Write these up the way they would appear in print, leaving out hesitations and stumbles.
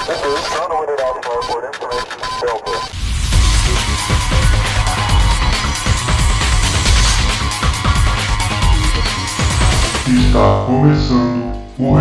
Está começando o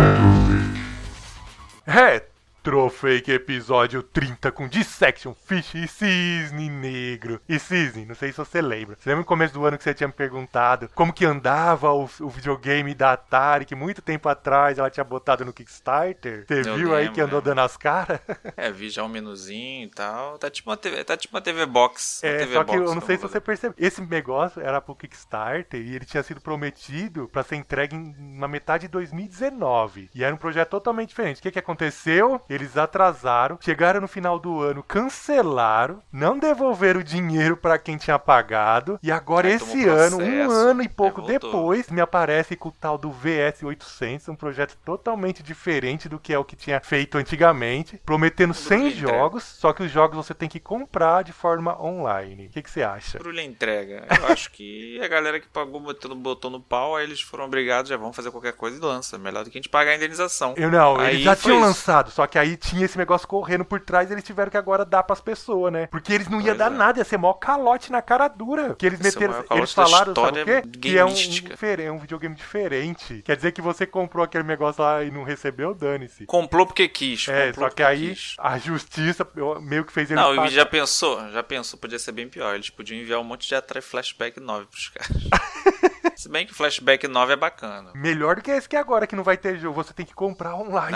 Retrofake. Retrofake episódio 30 com Dissection, Fish e Cisne Negro. E Cisne, não sei se você lembra. Você lembra no começo do ano que você tinha me perguntado como que andava o videogame da Atari, que muito tempo atrás ela tinha botado no Kickstarter? Você viu aí que andou dando as caras? Vi já um menuzinho e tal. Tá tipo uma TV Box. Só que eu não sei se você percebeu. Esse negócio era pro Kickstarter e ele tinha sido prometido pra ser entregue na metade de 2019. E era um projeto totalmente diferente. O que aconteceu? Eles atrasaram, chegaram no final do ano, cancelaram, não devolveram o dinheiro pra quem tinha pagado. E agora esse ano, um ano e pouco depois, me aparece com o tal do VS800, um projeto totalmente diferente do que é o que tinha feito antigamente, prometendo 100 jogos, só que os jogos você tem que comprar de forma online. O que você acha? Brulha entrega. Eu acho que a galera que pagou botou no pau, aí eles foram obrigados, já vão fazer qualquer coisa e lança. Melhor do que a gente pagar a indenização. Eles já tinham lançado, só que aí tinha esse negócio correndo por trás e eles tiveram que agora dar pras pessoas, né? Porque eles não iam dar nada, ia ser mó calote na cara dura. Que eles meteram. Eles falaram, sabe o quê? Que é um videogame diferente. Quer dizer que você comprou aquele negócio lá e não recebeu, dane-se. Comprou porque quis. Só que aí a justiça meio que fez eles pagar. Não, já pensou, podia ser bem pior. Eles podiam enviar um monte de atrás Flashback 9 pros caras. Se bem que o Flashback 9 é bacana. Melhor do que esse que agora, que não vai ter jogo. Você tem que comprar online.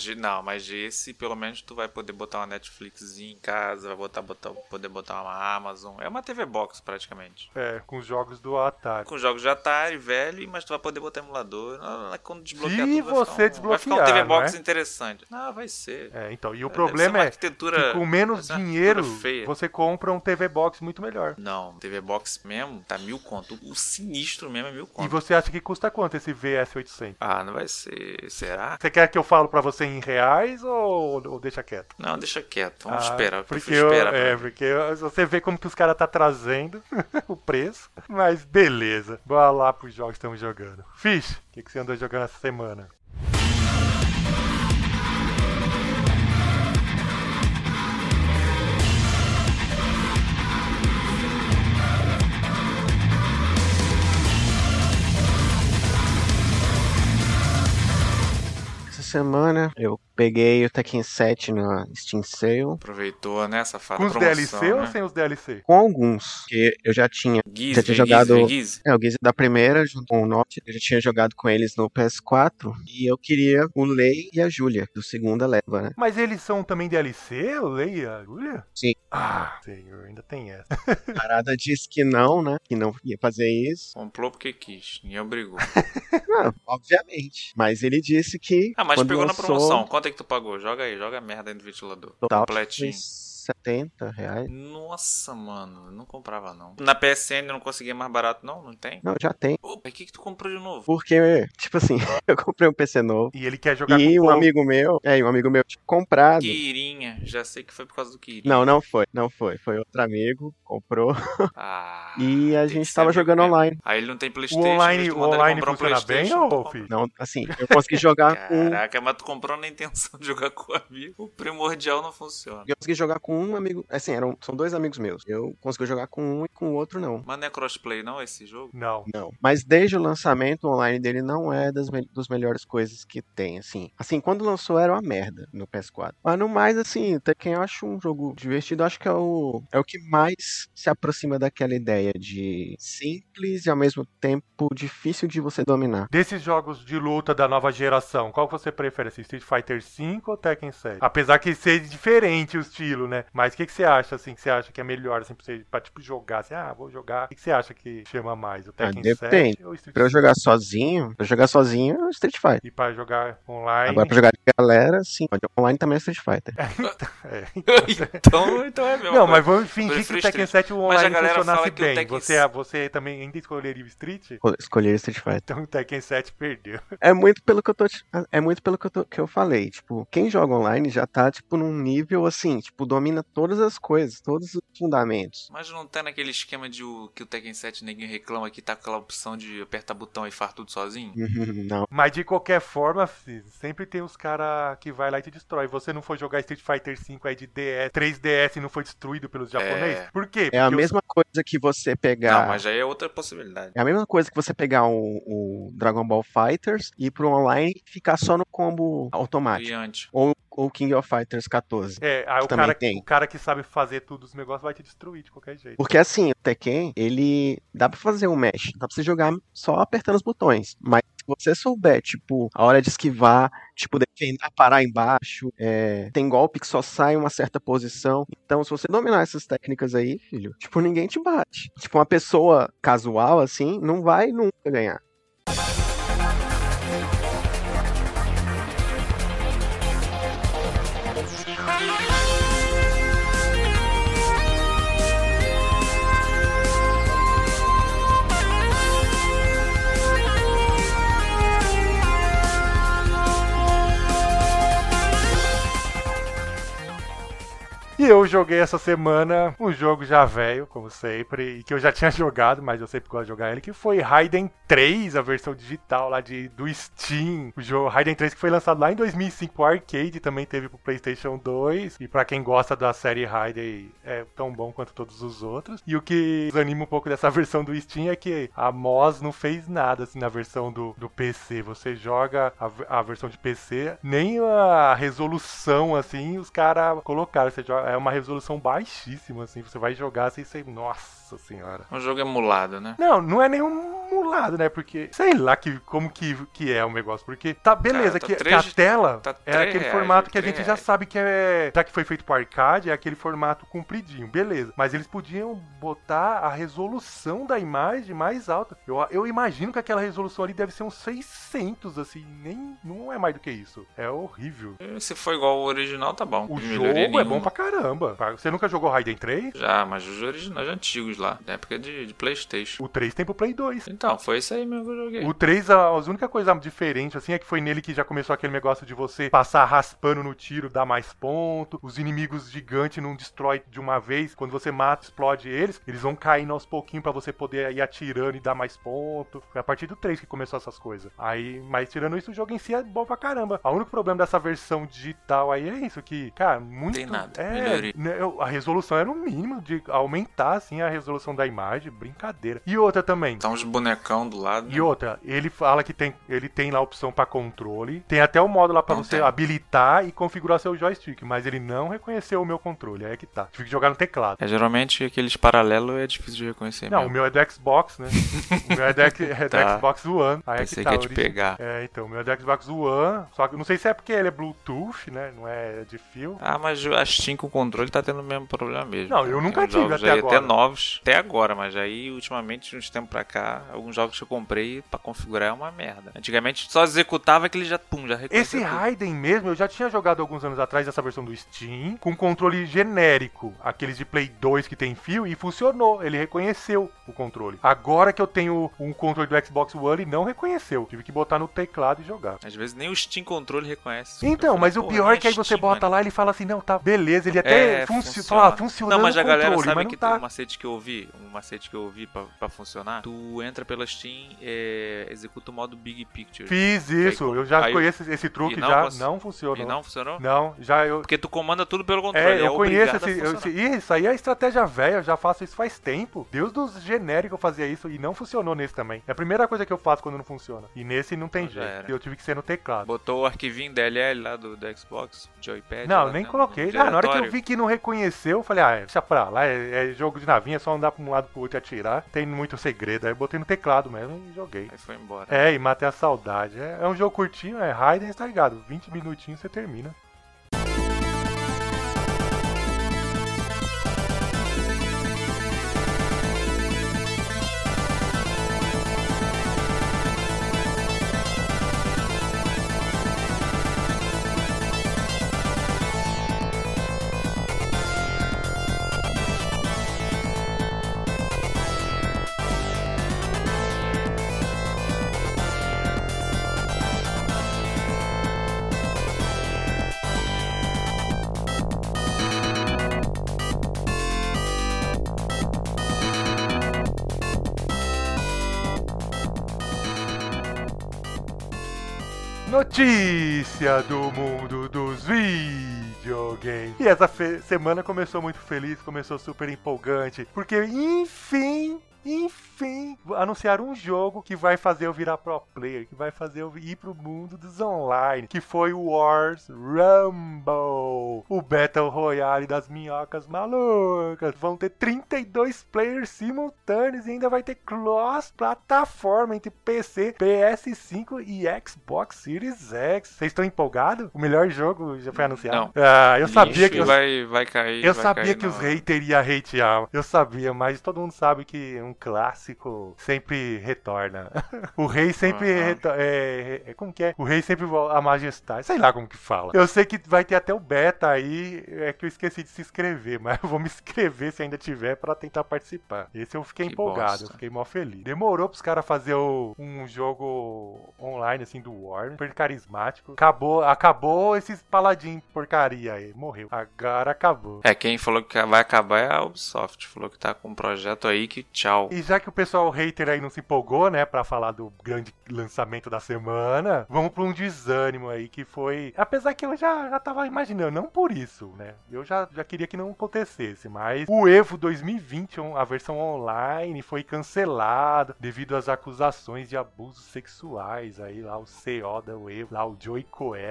Mas esse, pelo menos, tu vai poder botar uma Netflixzinha em casa, vai poder botar uma Amazon. É uma TV Box, praticamente. Com os jogos do Atari. Com jogos de Atari, velho, mas tu vai poder botar emulador. Quando desbloquear tudo, vai ficar um TV Box interessante. Vai ser. Então, e o problema é que com menos dinheiro, você compra um TV Box muito melhor. Não, TV Box mesmo, tá 1.000 conto. O sinistro mesmo é 1.000 conto. E você acha que custa quanto esse VS800? Não vai ser. Será? Você quer que eu falo pra você em reais ou deixa quieto? Não, deixa quieto. Vamos esperar. Porque você vê como que os caras tá trazendo o preço. Mas beleza. Bora lá pros jogos que estamos jogando. Fish, o que você andou jogando essa semana? Semana eu peguei o Tekken 7 na Steam Sale. Aproveitou, né, safado? Com os DLC ou sem os DLC? Com alguns, porque eu já tinha jogado o Geese da primeira junto com o Norte. Eu já tinha jogado com eles no PS4 e eu queria o Lei e a Júlia do segunda leva, né? Mas eles são também DLC, o Lei e a Júlia? Sim. Senhor, ainda tem essa. A Parada disse que não, né? Que não ia fazer isso. Comprou porque quis, ninguém obrigou. Obviamente. Mas ele disse que mas pegou na promoção. Quanto é que tu pagou? Joga aí, joga a merda aí no ventilador. Total, completinho. R$70. Nossa, mano, não comprava não. Na PSN eu não conseguia mais barato não? Não tem? Não, já tem. Opa, o que tu comprou de novo? Porque, tipo assim, eu comprei um PC novo. E ele quer jogar com um amigo meu tinha comprado. Kirinha, já sei que foi por causa do Kirinha. Não foi. Foi outro amigo, comprou. E a gente tava jogando online. Aí ele não tem PlayStation. O online funciona bem, ou filho? Não, assim, eu consegui jogar com... Caraca, mas tu comprou na intenção de jogar com o amigo. O primordial não funciona. Eu consegui jogar com um amigo, assim, são dois amigos meus. Eu consegui jogar com um e com o outro não. Mas não é crossplay não esse jogo? Não. Mas desde o lançamento, o online dele não é das melhores coisas que tem, assim. Assim, quando lançou era uma merda no PS4. Mas no mais, assim, Tekken eu acho um jogo divertido. Eu acho que é o que mais se aproxima daquela ideia de simples e ao mesmo tempo difícil de você dominar. Desses jogos de luta da nova geração, qual você prefere? Street Fighter V ou Tekken 7? Apesar que seja diferente o estilo, né? Mas o que você acha, assim, que você acha que é melhor, assim, pra tipo, jogar, assim, vou jogar. O que você acha que chama mais? O Tekken 7 ou Street Fighter? Pra eu jogar sozinho, é o Street Fighter. E pra jogar online? Agora pra jogar de galera, sim. Online também é Street Fighter. Então é meu. Não, mas vamos fingir que o Tekken 7 o online funcionasse bem. Tekken... Você também ainda escolheria o Street? Escolheria Street Fighter. Então o Tekken 7 perdeu. É muito pelo que eu falei. Tipo, quem joga online já tá, tipo, num nível, assim, tipo, dominado. ensina todas as coisas, todos os fundamentos. Mas não tá naquele esquema que o Tekken 7 ninguém reclama que tá aquela opção de apertar botão e faz tudo sozinho? Não. Mas de qualquer forma, sempre tem os caras que vai lá e te destrói. Você não foi jogar Street Fighter V aí de DS, 3DS e não foi destruído pelos japoneses? Por quê? É a Porque mesma coisa que você pegar... Não, mas já é outra possibilidade. É a mesma coisa que você pegar o Dragon Ball Fighters e ir pro online e ficar só no combo automático. Brilhante. Ou King of Fighters 14. aí que o cara que sabe fazer tudo os negócios vai te destruir de qualquer jeito. Porque assim, o Tekken, ele dá pra fazer um mesh, dá pra você jogar só apertando os botões. Mas se você souber, tipo, a hora de esquivar, tipo, defender, parar embaixo, tem golpe que só sai em uma certa posição. Então, se você dominar essas técnicas aí, filho, tipo, ninguém te bate. Tipo, uma pessoa casual, assim, não vai nunca ganhar. E eu joguei essa semana um jogo já velho, como sempre, e que eu já tinha jogado, mas eu sempre gosto de jogar ele, que foi Raiden 3, a versão digital lá do Steam. O jogo Raiden 3 que foi lançado lá em 2005 pro arcade, também teve pro PlayStation 2, e pra quem gosta da série Raiden é tão bom quanto todos os outros. E o que desanima um pouco dessa versão do Steam é que a MOS não fez nada assim na versão do PC. Você joga a versão de PC, nem a resolução assim os caras colocaram. Você joga, é uma resolução baixíssima, assim. Você vai jogar assim, você... Nossa senhora. Um jogo emulado, né? Não é nenhum emulado, né? Porque, sei lá como que é o negócio. Porque, tá, beleza, Cara, que a tela tá é aquele formato que a gente já reais. sabe que é... Já que foi feito pro arcade, é aquele formato compridinho, beleza. Mas eles podiam botar a resolução da imagem mais alta. Eu imagino que aquela resolução ali deve ser uns 600, assim. Não é mais do que isso. É horrível. Se for igual ao original, tá bom. O Melhoria jogo é bom nenhuma. pra caramba. Você nunca jogou Raiden 3? Já, mas os originais antigos lá, da época de PlayStation. O 3 tem pro Play 2. Então, foi isso aí mesmo que eu joguei. O 3, a única coisa diferente, assim, é que foi nele que já começou aquele negócio de você passar raspando no tiro, dar mais ponto. Os inimigos gigantes não destrói de uma vez. Quando você mata, explode eles vão caindo aos pouquinhos pra você poder ir atirando e dar mais ponto. Foi a partir do 3 que começou essas coisas. Mas tirando isso, o jogo em si é bom pra caramba. O único problema dessa versão digital aí é isso, que, cara, muito... Tem nada, melhoria. A resolução era o mínimo de aumentar, assim, a resolução da imagem. Brincadeira. E outra também. Tá uns bonecão do lado. E outra, ele fala que ele tem lá a opção pra controle. Tem até o modo lá pra você habilitar e configurar seu joystick. Mas ele não reconheceu o meu controle. Aí é que tá. Tive que jogar no teclado. Geralmente aqueles paralelos é difícil de reconhecer Não, mesmo. o meu é do Xbox, né? O meu é do Tá. Xbox One. Aí Pensei é que tá. que ia te pegar. Então, o meu é do Xbox One. Só que não sei se é porque ele é Bluetooth, né? Não é de fio. Ah, mas a Steam com o controle tá tendo o mesmo problema mesmo. Não, eu nunca Tem uns tive jogos até aí agora. até novos, até agora, mas aí ultimamente, uns tempos pra cá, alguns jogos que eu comprei pra configurar é uma merda. Antigamente só executava que ele já reconhecia Esse tudo. Raiden mesmo, eu já tinha jogado alguns anos atrás essa versão do Steam, com controle genérico, aqueles de Play 2 que tem fio, e funcionou, ele reconheceu o controle. Agora que eu tenho um controle do Xbox One, ele não reconheceu, tive que botar no teclado e jogar. Às vezes nem o Steam Controle reconhece. Então, mas o pior é que aí você bota lá e ele fala assim, não, tá, beleza, ele até funciona Não, mas a galera controle, sabe mas que não tá. um macete que eu ouvi pra funcionar, tu entra pela Steam, executa o modo Big Picture. Fiz isso, Aí- eu já aí- conheço esse truque, e não já cons- não funcionou. E não funcionou? Não, já eu... Porque tu comanda tudo pelo controle. eu conheço obrigado a funcionar. isso aí é estratégia velha, eu já faço isso faz tempo. Deus dos genéricos eu fazia isso e não funcionou nesse também. É a primeira coisa que eu faço quando não funciona. E nesse não tem Já jeito. era. Eu tive que ser no teclado. Botou o arquivinho DLL lá do Xbox, Joypad. Não, lá nem dentro, coloquei. no Na hora que eu diretório. vi que não reconheceu, eu falei, deixa pra lá, é jogo de navinha, é só andar pra um lado pro outro e atirar. Tem muito segredo. Aí eu botei no teclado mesmo e joguei. Aí foi embora. E matei a saudade. É um jogo curtinho, Raiden, tá ligado? 20 minutinhos você termina. Notícia do mundo dos videogames. E essa semana começou muito feliz, começou super empolgante, porque enfim, anunciaram um jogo que vai fazer eu virar pro player, que vai fazer eu ir pro mundo dos online, que foi o Wars Rumble, o Battle Royale das minhocas malucas. Vão ter 32 players simultâneos e ainda vai ter cross-plataforma entre PC, PS5 e Xbox Series X. Vocês estão empolgados? O melhor jogo já foi anunciado? Não. Eu sabia que vai cair. Eu sabia que os haters iam hatear. Eu sabia, mas todo mundo sabe que um clássico sempre retorna. O rei sempre como que é? O rei sempre volta, a majestade. Sei lá como que fala. Eu sei que vai ter até o beta aí, é que eu esqueci de se inscrever, mas eu vou me inscrever se ainda tiver pra tentar participar. Esse eu fiquei empolgado, eu fiquei mó feliz. Demorou pros caras fazer um jogo online assim do War, super carismático. Acabou esses paladins porcaria aí, morreu. Agora acabou. Quem falou que vai acabar é a Ubisoft. Falou que tá com um projeto aí que tchau. E já que o pessoal hater aí não se empolgou, né, pra falar do grande lançamento da semana, vamos pra um desânimo aí que foi... Apesar que eu já tava imaginando, não por isso, né, eu já queria que não acontecesse, mas o EVO 2020, a versão online, foi cancelado devido às acusações de abusos sexuais aí, lá o CO da EVO, lá o Joey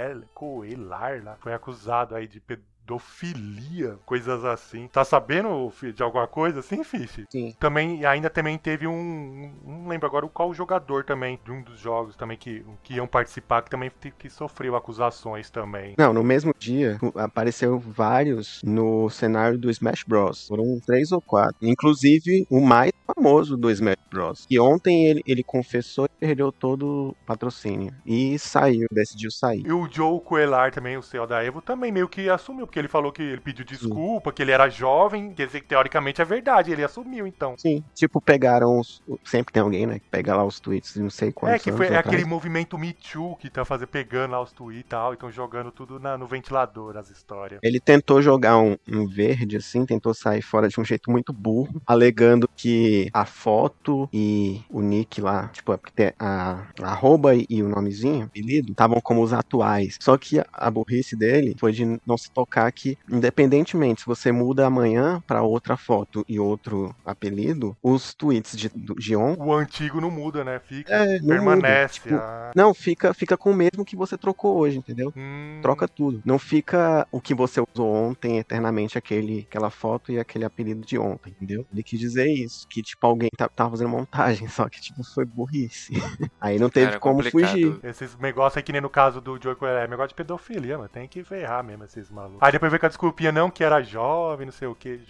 Coelar, lá, foi acusado aí de pedofilia, coisas assim. Tá sabendo de alguma coisa assim, Fish? Sim. Ainda teve não lembro agora qual jogador também, de um dos jogos também que iam participar, que também que sofreu acusações também. Não, no mesmo dia, apareceu vários no cenário do Smash Bros. Foram 3 ou 4. Inclusive, o mais famoso do Smash Bros. Que ontem ele confessou e perdeu todo o patrocínio. E decidiu sair. E o Joe Coelar também, o CEO da EVO, também meio que assumiu, porque ele falou que ele pediu desculpa, que ele era jovem, quer dizer que teoricamente é verdade, ele assumiu então. Sim, tipo, pegaram sempre tem alguém, né, que pega lá os tweets de não sei quantos anos É atrás. aquele movimento Me Too que tá pegando lá os tweets e tal, e estão jogando tudo no ventilador, as histórias. Ele tentou jogar um verde, assim, tentou sair fora de um jeito muito burro, alegando que a foto e o nick lá, tipo, porque a arroba e o nomezinho, apelido, estavam como os atuais. Só que a burrice dele foi de não se tocar que, independentemente se você muda amanhã pra outra foto e outro apelido, os tweets de on... O antigo não muda, né? Não permanece. Muda. Tipo, não, fica com o mesmo que você trocou hoje, entendeu? Troca tudo. Não fica o que você usou ontem eternamente, aquela foto e aquele apelido de ontem, entendeu? Ele quis dizer isso, que tipo, alguém tava fazendo montagem, só que tipo, foi burrice. Aí não teve como fugir. Esses negócios aí que nem no caso do Joey Coelar, negócio de pedofilia, mano, tem que ferrar mesmo esses malucos. Aí depois veio com a desculpinha, não, que era jovem, não sei o que.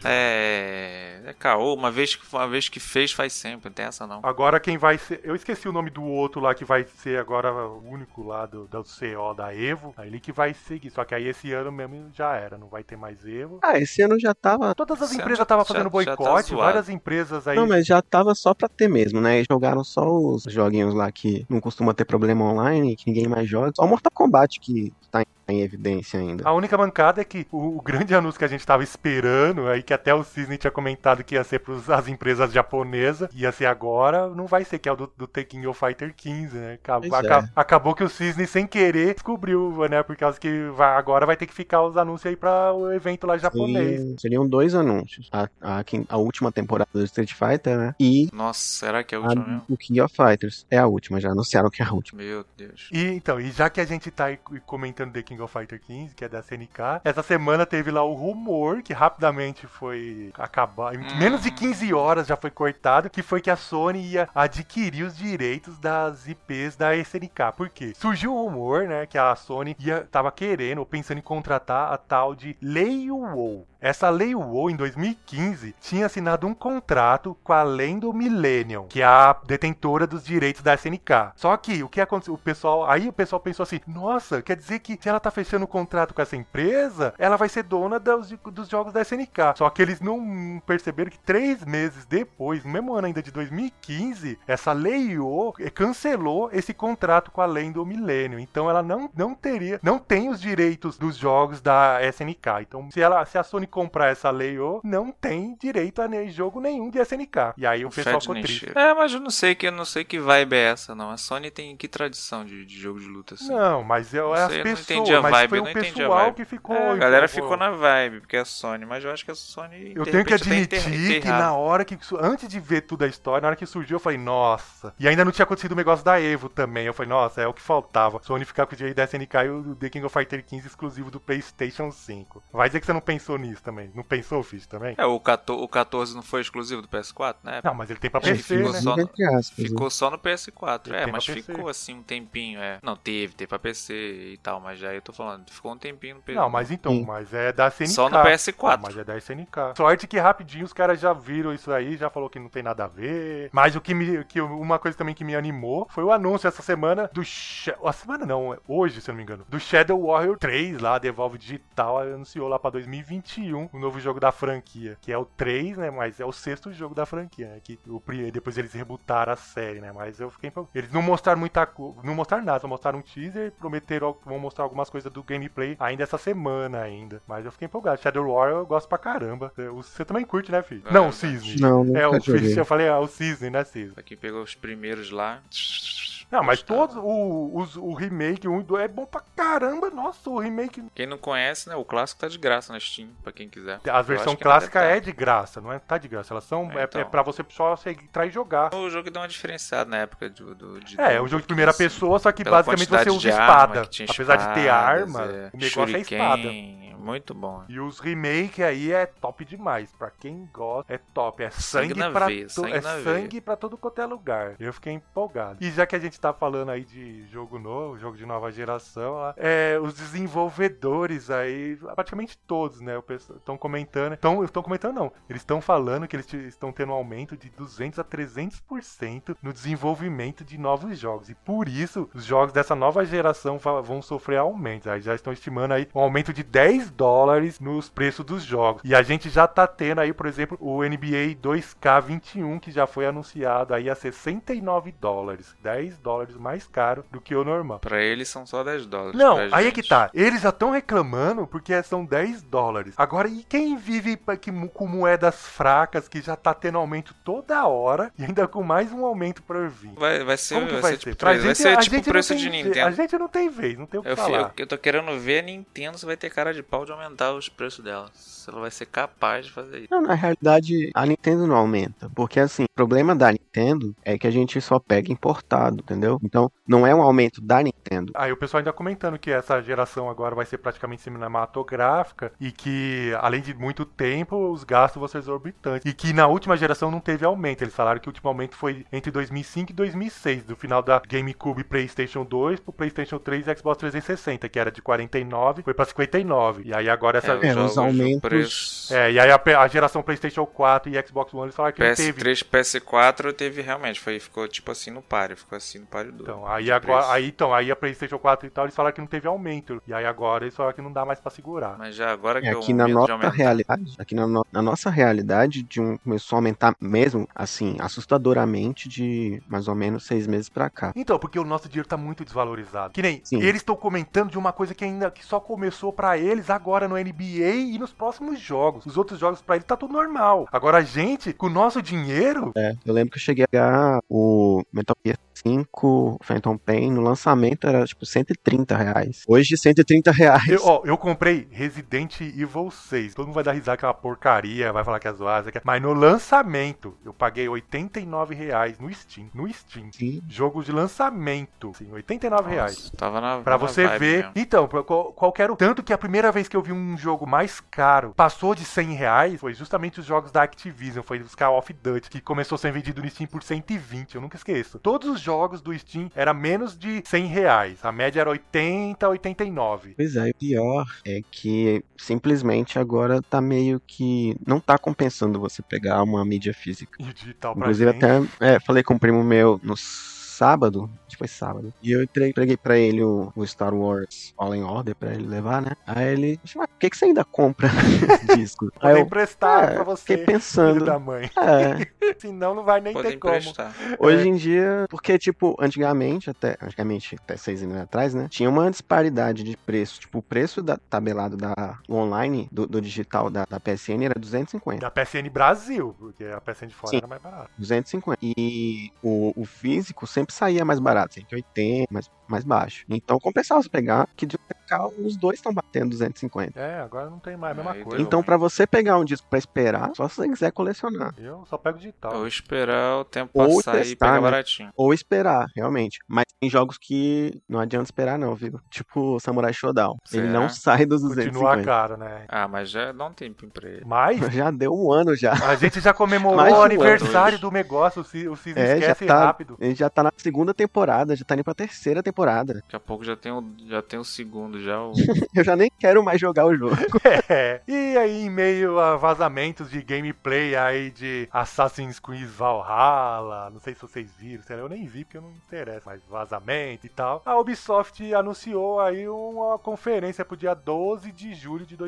É caô, uma vez que fez, faz sempre, não tem essa não. Agora quem vai ser, eu esqueci o nome do outro lá, que vai ser agora o único lá do CO da EVO, aí ele que vai seguir, só que aí esse ano mesmo já era, não vai ter mais EVO. Esse ano já tava... Todas as empresas estavam fazendo boicote, tá várias empresas aí... Não, mas já tava só pra ter mesmo, né, e jogaram só os joguinhos lá que não costuma ter problema online, que ninguém mais joga, só o Mortal Kombat que tá em evidência ainda. A única mancada é que o grande anúncio que a gente tava esperando, aí que até o Cisne tinha comentado que ia ser as empresas japonesas, ia ser agora, não vai ser, que é o do The King of Fighter 15, né? Acabou que o Cisne, sem querer, descobriu, né? Por causa que agora vai ter que ficar os anúncios aí pra o evento lá japonês. Seriam 2 anúncios. A última temporada do Street Fighter, né? E... Nossa, será que é a última mesmo? O King of Fighters. É a última, já anunciaram que é a última. Meu Deus. E já que a gente tá aí comentando The King of Fighter 15, que é da SNK, essa semana teve lá o rumor, que rapidamente foi acabar, em menos de 15 horas já foi cortado, que foi que a Sony ia adquirir os direitos das IPs da SNK. Por quê? Surgiu o rumor, né, que a Sony tava querendo ou pensando em contratar a tal de Lei-Wou. Essa Lei-Wou, em 2015, tinha assinado um contrato com a Lendo Millennium, que é a detentora dos direitos da SNK. Só que o que aconteceu? O pessoal pensou assim, nossa, quer dizer que se ela tá fechando o contrato com essa empresa, ela vai ser dona dos jogos da SNK. Só que eles não perceberam que 3 meses depois, no mesmo ano ainda de 2015, essa Lei-Wou cancelou esse contrato com a Lendo Millennium. Então ela não tem os direitos dos jogos da SNK. Então se a Sony comprar essa Lei-O não tem direito a jogo nenhum de SNK. E aí o pessoal ficou triste. Mas eu não sei que vibe é essa, não. A Sony tem que tradição de jogo de luta assim. Não, mas as pessoas, não entendi a vibe, mas foi o pessoal que ficou... A galera ficou na vibe, porque é a Sony, mas eu acho que a Sony... Eu tenho que admitir que na hora que... Antes de ver toda a história, na hora que surgiu, eu falei, nossa. E ainda não tinha acontecido o negócio da Evo também. Eu falei, nossa, é o que faltava. Sony ficar com o direito da SNK e o The King of Fighter 15 exclusivo do PlayStation 5. Vai dizer que você não pensou nisso também. Não pensou, Fish, também? O 14 não foi exclusivo do PS4, né? Não, mas ele tem pra PC, né? Ficou só no PS4. Mas ficou assim um tempinho, Não, teve pra PC e tal, mas já eu tô falando, ficou um tempinho no PS4. Não, mas então, mas é da SNK. Só no PS4. Não, mas é da SNK. Sorte que rapidinho os caras já viram isso aí, já falou que não tem nada a ver. Mas uma coisa também que me animou foi o anúncio essa semana do... semana não, hoje, se eu não me engano. Do Shadow Warrior 3 lá, Devolve Digital, anunciou lá pra 2021 o novo jogo da franquia. Que é o 3, né? Mas é o 6º jogo da franquia, né? Que depois eles rebutaram a série, né? Mas eu fiquei... Eles não mostraram muita coisa, não mostraram nada, só mostraram um teaser, prometeram que vão mostrar algumas coisas do gameplay ainda essa semana ainda. Mas eu fiquei empolgado. Shadow Warrior eu gosto pra caramba. Você também curte, né, filho? Não, o Cisne. Não, o Fish, eu falei, o Cisne, né, Cisne? Aqui pegou os primeiros lá. Não, mas todos, o remake 1 e 2 é bom pra caramba. Nossa, o remake... Quem não conhece, né, o clássico tá de graça na Steam, pra quem quiser. A versão clássica é de graça, não é? Tá de graça. Elas são... Então. É pra você só entrar e jogar. O jogo deu uma diferenciada na época é um jogo de primeira pessoa, só que basicamente você usa espada. Apesar de ter arma, o negócio é espada. Muito bom. E os remake aí é top demais. Pra quem gosta, é top. É sangue pra todo quanto é lugar. Eu fiquei empolgado. E já que a gente tá falando aí de jogo novo, jogo de nova geração, os desenvolvedores aí, praticamente todos, né, estão comentando. Estão comentando não. Eles estão falando que eles estão tendo um aumento de 200 a 300% no desenvolvimento de novos jogos. E por isso, os jogos dessa nova geração vão sofrer aumentos. Aí já estão estimando aí um aumento de $10 nos preços dos jogos. E a gente já tá tendo aí, por exemplo, o NBA 2K21, que já foi anunciado aí a $69. $10 mais caro do que o normal. Pra eles são só $10. Não, aí é que tá. Eles já estão reclamando porque são $10. Agora, e quem vive com moedas fracas, que já tá tendo aumento toda hora, e ainda com mais um aumento pra vir? Vai ser tipo o preço de Nintendo. A gente não tem vez, não tem o que falar. Eu tô querendo ver a Nintendo se vai ter cara de pau de aumentar os preços dela. Se ela vai ser capaz de fazer isso. Não, na realidade, a Nintendo não aumenta. Porque, assim, o problema da Nintendo é que a gente só pega importado, entendeu? Então, não é um aumento da Nintendo. Aí o pessoal ainda comentando que essa geração agora vai ser praticamente cinematográfica e que, além de muito tempo, os gastos vão ser exorbitantes. E que na última geração não teve aumento. Eles falaram que o último aumento foi entre 2005 e 2006, do final da GameCube PlayStation 2 pro PlayStation 3 e Xbox 360, que era de 49, foi pra 59. E aí agora os aumentos... E aí a geração PlayStation 4 e Xbox One, eles falaram que PS3, não teve. PS4 teve realmente, ficou tipo assim no páreo, ficou assim no páreo do. Então, aí a PlayStation 4 e tal, eles falaram que não teve aumento. E aí agora eles falaram que não dá mais pra segurar. Mas já agora que aqui na nossa realidade, na nossa realidade, começou a aumentar mesmo, assim, assustadoramente de mais ou menos 6 meses pra cá. Então, porque o nosso dinheiro tá muito desvalorizado. Que nem Sim. Eles estão comentando de uma coisa que só começou pra eles agora no NBA e nos próximos jogos. Os outros jogos pra eles tá tudo normal. Agora a gente, com o nosso dinheiro... Eu lembro que eu cheguei a pegar o Metal Gear 5 Phantom Pain, no lançamento era tipo R$130. Hoje R$130. Eu comprei Resident Evil 6. Todo mundo vai dar risada que é uma porcaria, vai falar que é zoado. Mas no lançamento, eu paguei R$89 no Steam. Sim. Jogo de lançamento. Sim, R$89. Nossa, tava na pra você ver. Mesmo. Então, qualquer um. Tanto que a primeira vez que eu vi um jogo mais caro, passou de R$100, foi justamente os jogos da Activision. Foi os Call of Duty, que começou sendo vendido no Steam por 120. Eu nunca esqueço. Todos os jogos do Steam era menos de R$100. A média era 80, 89. Pois é, o pior é que simplesmente agora tá meio que não tá compensando você pegar uma mídia física. E digital pra Inclusive gente. até falei com um primo meu no sábado. Acho que foi sábado. E eu entreguei pra ele o Star Wars Fallen Order pra ele levar, né? Aí ele, mas por que você ainda compra esse disco? Vou Aí eu, emprestar pra você, fiquei pensando. filho da mãe. Senão não vai nem Pode ter como. emprestar. Hoje em dia, porque, tipo, antigamente, até 6 anos atrás, né? Tinha uma disparidade de preço. Tipo, o preço tabelado online, do digital da PSN era 250. Da PSN Brasil, porque a PSN de fora Sim. era mais barata. 250. E o físico sempre saía mais barato, 180, mais baixo. Então compensava você pegar, que de cá os dois estão batendo 250. Agora não tem mais a mesma Aí coisa. deu. Então pra você pegar um disco pra esperar, só se você quiser colecionar. Eu só pego digital. Ou esperar o tempo Ou passar e testar, pegar né? baratinho. Ou esperar, realmente. Mas tem jogos que não adianta esperar não, viu? Tipo Samurai Shodown. Ele Será? não sai dos Continua 250. caro, né? Ah, mas já dá um tempinho pra ele. Mas Já deu um ano já. a gente já comemorou Mais de o um aniversário ano do negócio. O Cis Já esquece tá, rápido. ele já tá na segunda temporada, já tá indo pra terceira temporada. Daqui a pouco já tem o segundo, já o... Eu já nem quero mais jogar o jogo. E aí, em meio a vazamentos de gameplay aí de Assassin's Creed Valhalla, não sei se vocês viram, sei lá, eu nem vi porque eu não me interesso, mas vazamento e tal. A Ubisoft anunciou aí uma conferência pro dia 12 de julho de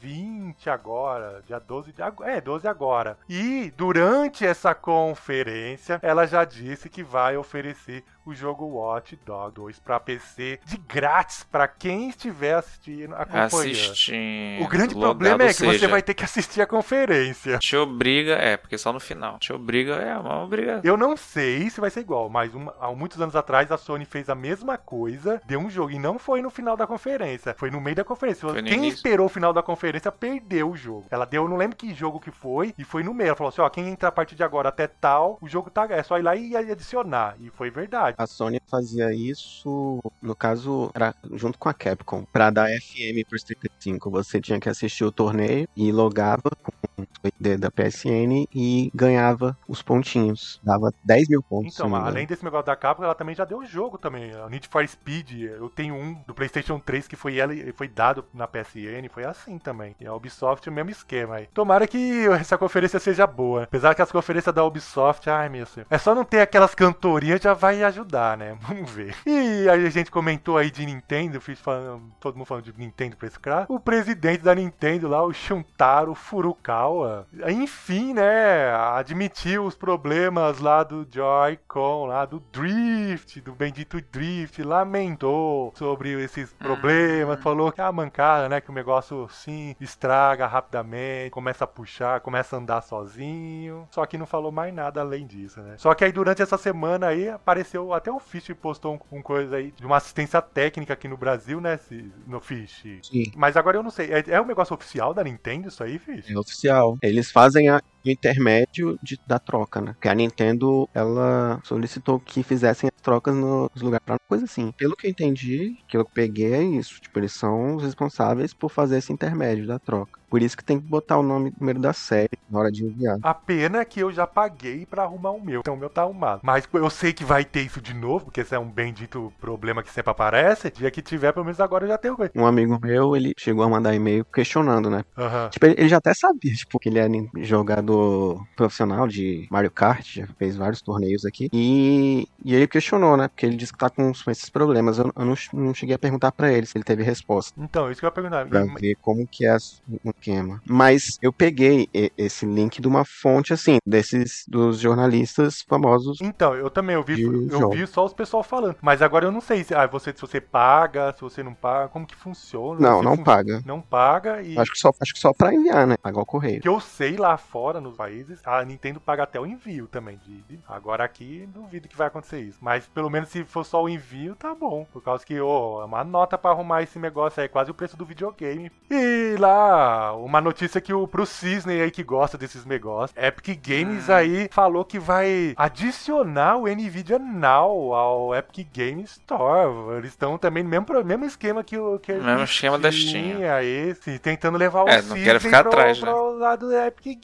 2020 agora, dia 12 agora. E durante essa conferência, ela já disse que vai oferecer o jogo Watch Dogs 2 pra PC de grátis pra quem estiver assistindo, acompanhando. O grande problema é que você vai ter que assistir a conferência. Te obriga, porque só no final. Te obriga, uma obrigação. Eu não sei se vai ser igual, mas há muitos anos atrás a Sony fez a mesma coisa, deu um jogo, e não foi no final da conferência, foi no meio da conferência. Quem esperou o final da conferência perdeu o jogo. Ela deu, não lembro que jogo que foi, e foi no meio. Ela falou assim, quem entrar a partir de agora até tal, o jogo é só ir lá e adicionar. E foi verdade. A Sony fazia isso, no caso, era junto com a Capcom. Pra dar FM pro 35, você tinha que assistir o torneio e logava com o ID da PSN e ganhava os pontinhos. Dava 10 mil pontos. Então, além desse negócio da Capcom, ela também já deu jogo também. A Need for Speed, eu tenho um do PlayStation 3 que foi dado na PSN, foi assim também. E a Ubisoft, o mesmo esquema aí. Tomara que essa conferência seja boa. Apesar que as conferências da Ubisoft, ai meu Deus, é só não ter aquelas cantorias, já vai ajudar, né? Vamos ver. E aí a gente comentou aí de Nintendo, todo mundo falando de Nintendo pra esse cara. O presidente da Nintendo lá, o Shuntaro Furukawa, enfim, né, admitiu os problemas lá do Joy-Con, lá do Drift, do bendito Drift, lamentou sobre esses problemas, falou que a mancada, né, que o negócio sim estraga rapidamente, começa a puxar, começa a andar sozinho, só que não falou mais nada além disso, né. Só que aí durante essa semana aí apareceu, até o Fish postou um coisa aí de uma assistência técnica aqui no Brasil, né, no Fish. Sim. Mas agora eu não sei, é um negócio oficial da Nintendo isso aí, Fish? É oficial. Eles fazem o intermédio da troca, né? Porque a Nintendo, ela solicitou que fizessem as trocas nos lugares, pra coisa assim. Pelo que eu entendi, que eu peguei é isso. Tipo, eles são os responsáveis por fazer esse intermédio da troca. Por isso que tem que botar o número da série na hora de enviar. A pena é que eu já paguei pra arrumar o meu. Então o meu tá arrumado. Mas eu sei que vai ter isso de novo, porque esse é um bendito problema que sempre aparece. Dia que tiver, pelo menos agora eu já tenho coisa. Um amigo meu, ele chegou a mandar e-mail questionando, né? Uhum. Tipo, ele já até sabia, tipo, que ele era jogador profissional de Mario Kart, já fez vários torneios aqui. E ele questionou, né? Porque ele disse que tá com esses problemas. Eu não cheguei a perguntar pra ele se ele teve resposta. Então, isso que eu ia perguntar. Pra ver como que é o esquema. Mas eu peguei esse link de uma fonte, assim, dos jornalistas famosos. Então, eu também, eu vi só os pessoal falando. Mas agora eu não sei se você paga, se você não paga, como que funciona. Não paga. Não paga e... Acho que só pra enviar, né? Pagar o correio. Que eu sei lá fora, nos países, a Nintendo paga até o envio também. Agora aqui, duvido que vai acontecer isso. Mas pelo menos se for só o envio, tá bom. Por causa que, é uma nota pra arrumar esse negócio aí, quase o preço do videogame. E lá, uma notícia que pro Cisne aí que gosta desses negócios, Epic Games aí falou que vai adicionar o NVIDIA Now ao Epic Games Store. Eles estão também no mesmo esquema que mesmo esquema da Steam. Aí, sim, tentando levar o não quero ficar atrás, pro lado do Epic Games.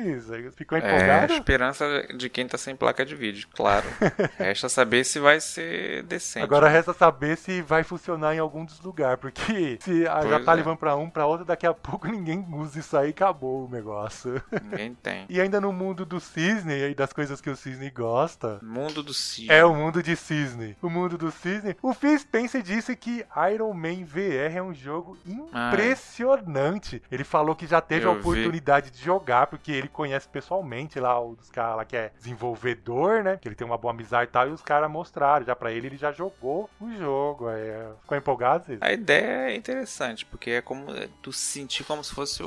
Vinícius? Ficou É a empolgado? esperança de quem tá sem placa de vídeo, claro. Resta saber se vai ser decente. Agora resta saber se vai funcionar em algum dos lugares, porque se já Pois tá é. levando pra um, pra outro, daqui a pouco ninguém usa isso aí e acabou o negócio. Ninguém tem. E ainda no mundo do Cisne e das coisas que o Cisne gosta, Mundo do Cisne. é o mundo de Cisne. O mundo do Cisne. O Phil Spencer disse que Iron Man VR é um jogo impressionante. Ele falou que já teve a Eu vi. oportunidade de jogar, porque ele conhece pessoalmente lá os caras lá que é desenvolvedor, né? Que ele tem uma boa amizade e tal, e os caras mostraram já pra ele já jogou o jogo. Aí, ficou empolgado, Cisne? A ideia é interessante, porque é como tu sentir como se fosse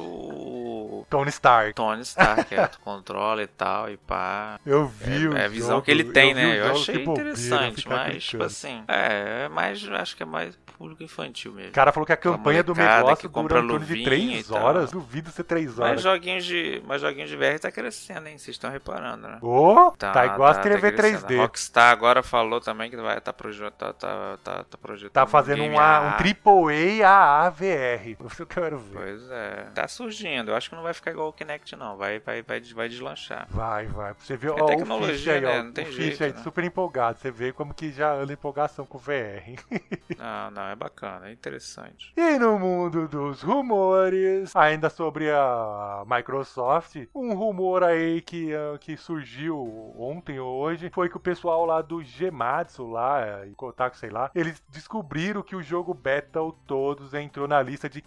o Tony Stark. Tony Stark, tu controla e tal, e pá. Eu vi o É a visão jogo, que ele tem, vi o né? Eu jogo, achei que bobeira, interessante, ficar mas, tipo clicando. assim, acho que é mais público infantil mesmo. O cara falou que a campanha do molecada negócio que compra dura em torno de luvinha 3 e tal. horas. Duvido ser 3 horas. Mas joguinhos de VR tá crescendo, hein? Vocês estão reparando, né? Ô, tá igual as TV crescendo. 3D. A Rockstar agora falou também que vai tá projetando Tá fazendo game um AAA VR. Isso que eu quero ver. Pois é. Tá surgindo. Eu acho que não vai ficar igual o Kinect, não. Vai deslanchar. Vai. Você vê, É ó, tecnologia, o Fish aí, né? ó. Não tem o jeito, Fish aí, né? super empolgado. Você vê como que já anda empolgação com VR. Não, é bacana, é interessante. E no mundo dos rumores, ainda sobre a Microsoft, um rumor aí que surgiu ontem ou hoje foi que o pessoal lá do Gematsu lá, em Kotaku, sei lá, eles descobriram que o jogo Battletoads entrou na lista de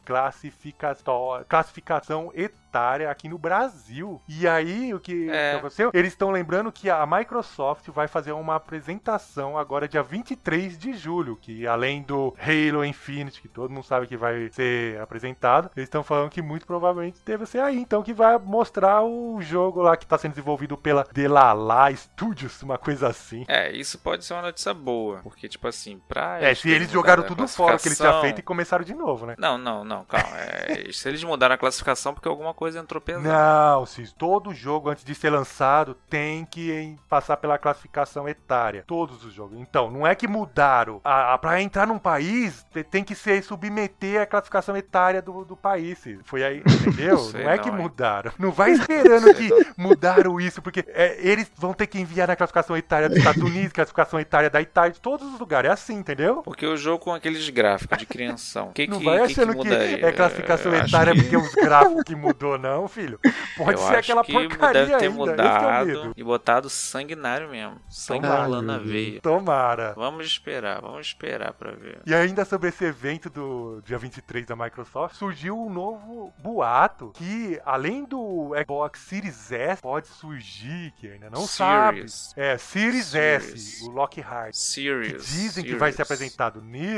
classificação etária aqui no Brasil. E aí, o que aconteceu? Eles estão lembrando que a Microsoft vai fazer uma apresentação agora dia 23 de julho, que além do Halo Infinite, que todo mundo sabe que vai ser apresentado, eles estão falando que muito provavelmente deve ser aí, então que vai mostrar o jogo lá que está sendo desenvolvido pela Delala Studios, uma coisa assim. Isso pode ser uma notícia boa, porque, tipo assim, se eles jogaram tudo fora que eles tinham feito e começaram de novo, né? Não, calma. Se eles mudaram a classificação, porque alguma coisa entrou pesado. Não, Cis, todo jogo antes de ser lançado tem que passar pela classificação etária. Todos os jogos. Então, não é que mudaram. Pra entrar num país, tem que se submeter à classificação etária do país, Cis. Foi aí, entendeu? Não é que mudaram. Não vai esperando que mudaram isso, porque eles vão ter que enviar na classificação etária dos Estados Unidos, classificação etária da Itália, de todos os lugares. É assim, entendeu? Porque o jogo com aqueles gráficos de crianção. Não vai achando que é classificação etária porque os gráficos que mudou, não, filho. Pode ser aquela porcaria deve ter ainda. mudado e botado sanguinário mesmo. Sangue rolando na veia. Tomara. Vamos esperar pra ver. E ainda sobre esse evento do dia 23 da Microsoft, surgiu um novo boato que, além do Xbox Series S, pode surgir, que ainda não sabe. Series S, o Lockhart. Que dizem que vai ser apresentado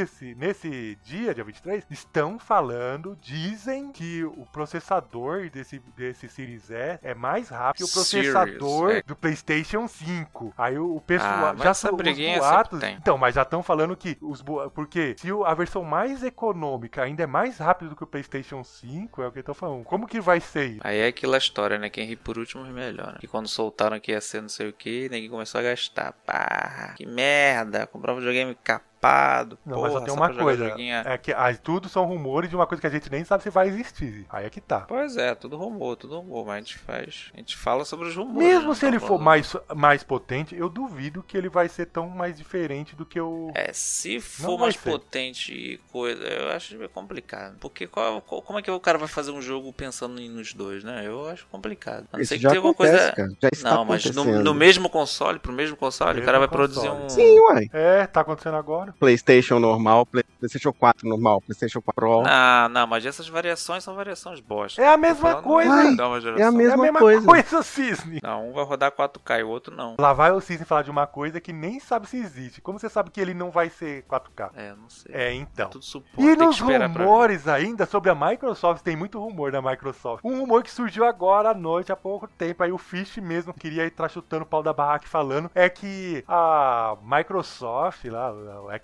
nesse dia 23. Estão falando, dizem que o processador desse Series S é mais rápido que o processador do PlayStation 5. Aí o pessoal já essa briguinha os boatos. Tem. Então, mas já estão falando que porque se a versão mais econômica ainda é mais rápida do que o PlayStation 5, é o que estão falando. Como que vai ser isso? Aí é aquela história, né? Quem ri por último ri melhor, né? Que quando soltaram que ia ser não sei o que, ninguém começou a gastar. Pá, que merda, comprava um videogame capado. Não, mas só tem uma coisa. É que tudo são rumores de uma coisa que a gente nem sabe se vai existir. Aí é que tá. Pois é, tudo rumor, mas a gente fala sobre os rumores. Mesmo se ele for mais potente, eu duvido que ele vai ser tão mais diferente do que o... Se for mais potente e coisa, eu acho meio complicado. Porque como é que o cara vai fazer um jogo pensando nos dois, né? Eu acho complicado. A não ser que tenha alguma coisa... Cara. Já está não, mas no mesmo console, pro mesmo console, o cara vai produzir um... Sim, uai. Tá acontecendo agora. PlayStation normal, PlayStation 4 normal, PlayStation 4 Pro. Não, mas essas variações são variações bosta. É a mesma coisa. É a mesma coisa, Cisne. Não, um vai rodar 4K e o outro não. Lá vai o Cisne falar de uma coisa que nem sabe se existe. Como você sabe que ele não vai ser 4K? Não sei. Então. Tudo suposto. E nos rumores ainda sobre a Microsoft, tem muito rumor da Microsoft. Um rumor que surgiu agora à noite, há pouco tempo, aí o Fish mesmo queria estar chutando o pau da barraca falando, é que a Microsoft, lá, o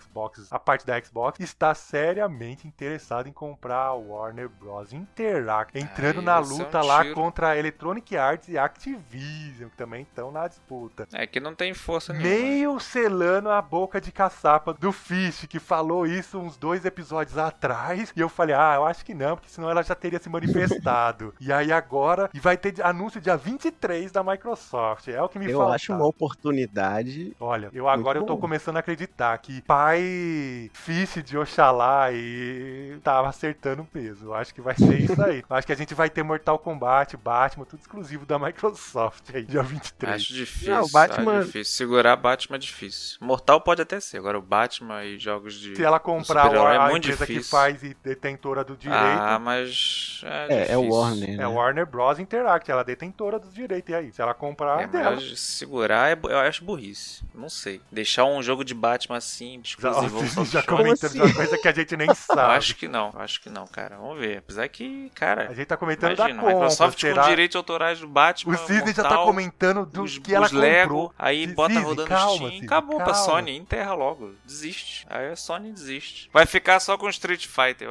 Xbox, a parte da Xbox, está seriamente interessado em comprar a Warner Bros. Interactive, entrando na luta lá contra a Electronic Arts e Activision, que também estão na disputa. É que não tem força nenhuma. Meio selando a boca de caçapa do Fish, que falou isso uns 2 episódios atrás, e eu falei, eu acho que não, porque senão ela já teria se manifestado. E aí agora, e vai ter anúncio dia 23 da Microsoft, é o que me falta. Eu acho uma oportunidade. Olha, eu tô começando a acreditar que pai Fish de Oxalá e tava acertando o peso. Eu acho que vai ser isso aí. Eu acho que a gente vai ter Mortal Kombat, Batman, tudo exclusivo da Microsoft aí, dia 23. Acho difícil. Não, Batman... Acho difícil. Segurar Batman é difícil. Mortal pode até ser. Agora o Batman e jogos de... Se ela comprar a muito empresa difícil. que faz e detentora do direito... mas... É o Warner, né? É Warner Bros. Interactive, ela é detentora dos direitos. E aí, se ela comprar, é dela. Mas segurar, eu acho burrice. Não sei. Deixar um jogo de Batman assim, exclusivo... Já comentando uma coisa que a gente nem sabe. Acho que não, cara. Vamos ver. Apesar que, cara... A gente tá comentando imagina, da compra. Microsoft com direitos autorais do Batman, O Cisne já tá comentando dos que ela comprou. Aí bota rodando no Steam. Acabou pra Sony. Enterra logo. Desiste. Aí a Sony desiste. Vai ficar só com Street Fighter.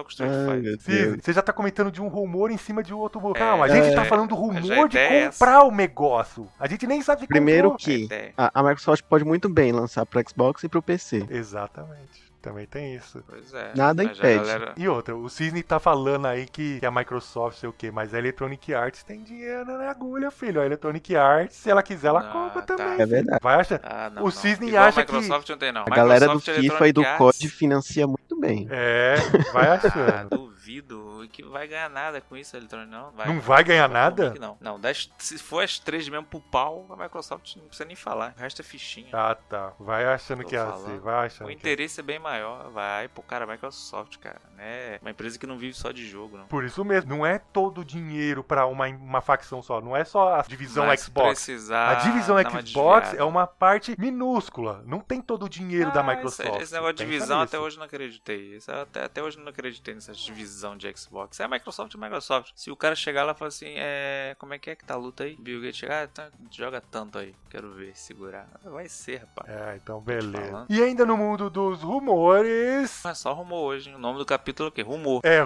Cisne, você já tá comentando de um rumor em cima de outro rumor. Calma, a gente tá falando do rumor de comprar o negócio. A gente nem sabe de Primeiro que a Microsoft pode muito bem lançar pro Xbox e pro PC. Exatamente. Também tem isso. Pois é. Nada impede. Galera... E outra, o Cisne tá falando aí que a Microsoft sei o quê, mas a Electronic Arts tem dinheiro na agulha, filho. A Electronic Arts, se ela quiser, ela compra também. É verdade. Vai achar. O Cisne igual acha a Microsoft que... não tem, não. A galera do Microsoft, FIFA e do Arts... COD financia muito bem. É, vai achando. Duvido que vai ganhar nada com isso, a Electronic não. Não vai ganhar nada? Não, se for as 3 mesmo pro pau, a Microsoft não precisa nem falar. O resto é fichinha. Tá. Vai achando que é assim, vai achando. O interesse é bem maior, vai, pô, cara, Microsoft, cara, né? Uma empresa que não vive só de jogo, não. Por isso mesmo, não é todo o dinheiro pra uma facção só, não é só a divisão mas Xbox. A divisão Xbox é uma parte minúscula, não tem todo o dinheiro da Microsoft. Esse negócio de divisão até hoje não acreditei. Até hoje não acreditei nessa divisão de Xbox. É Microsoft. Se o cara chegar lá e falar assim, como é que tá a luta aí? Bill Gates chegar, joga tanto aí, quero ver, segurar. Vai ser, rapaz. Então beleza. E ainda no mundo dos rumores... Não é só rumor hoje, hein? O nome do capítulo é o quê? Rumor. É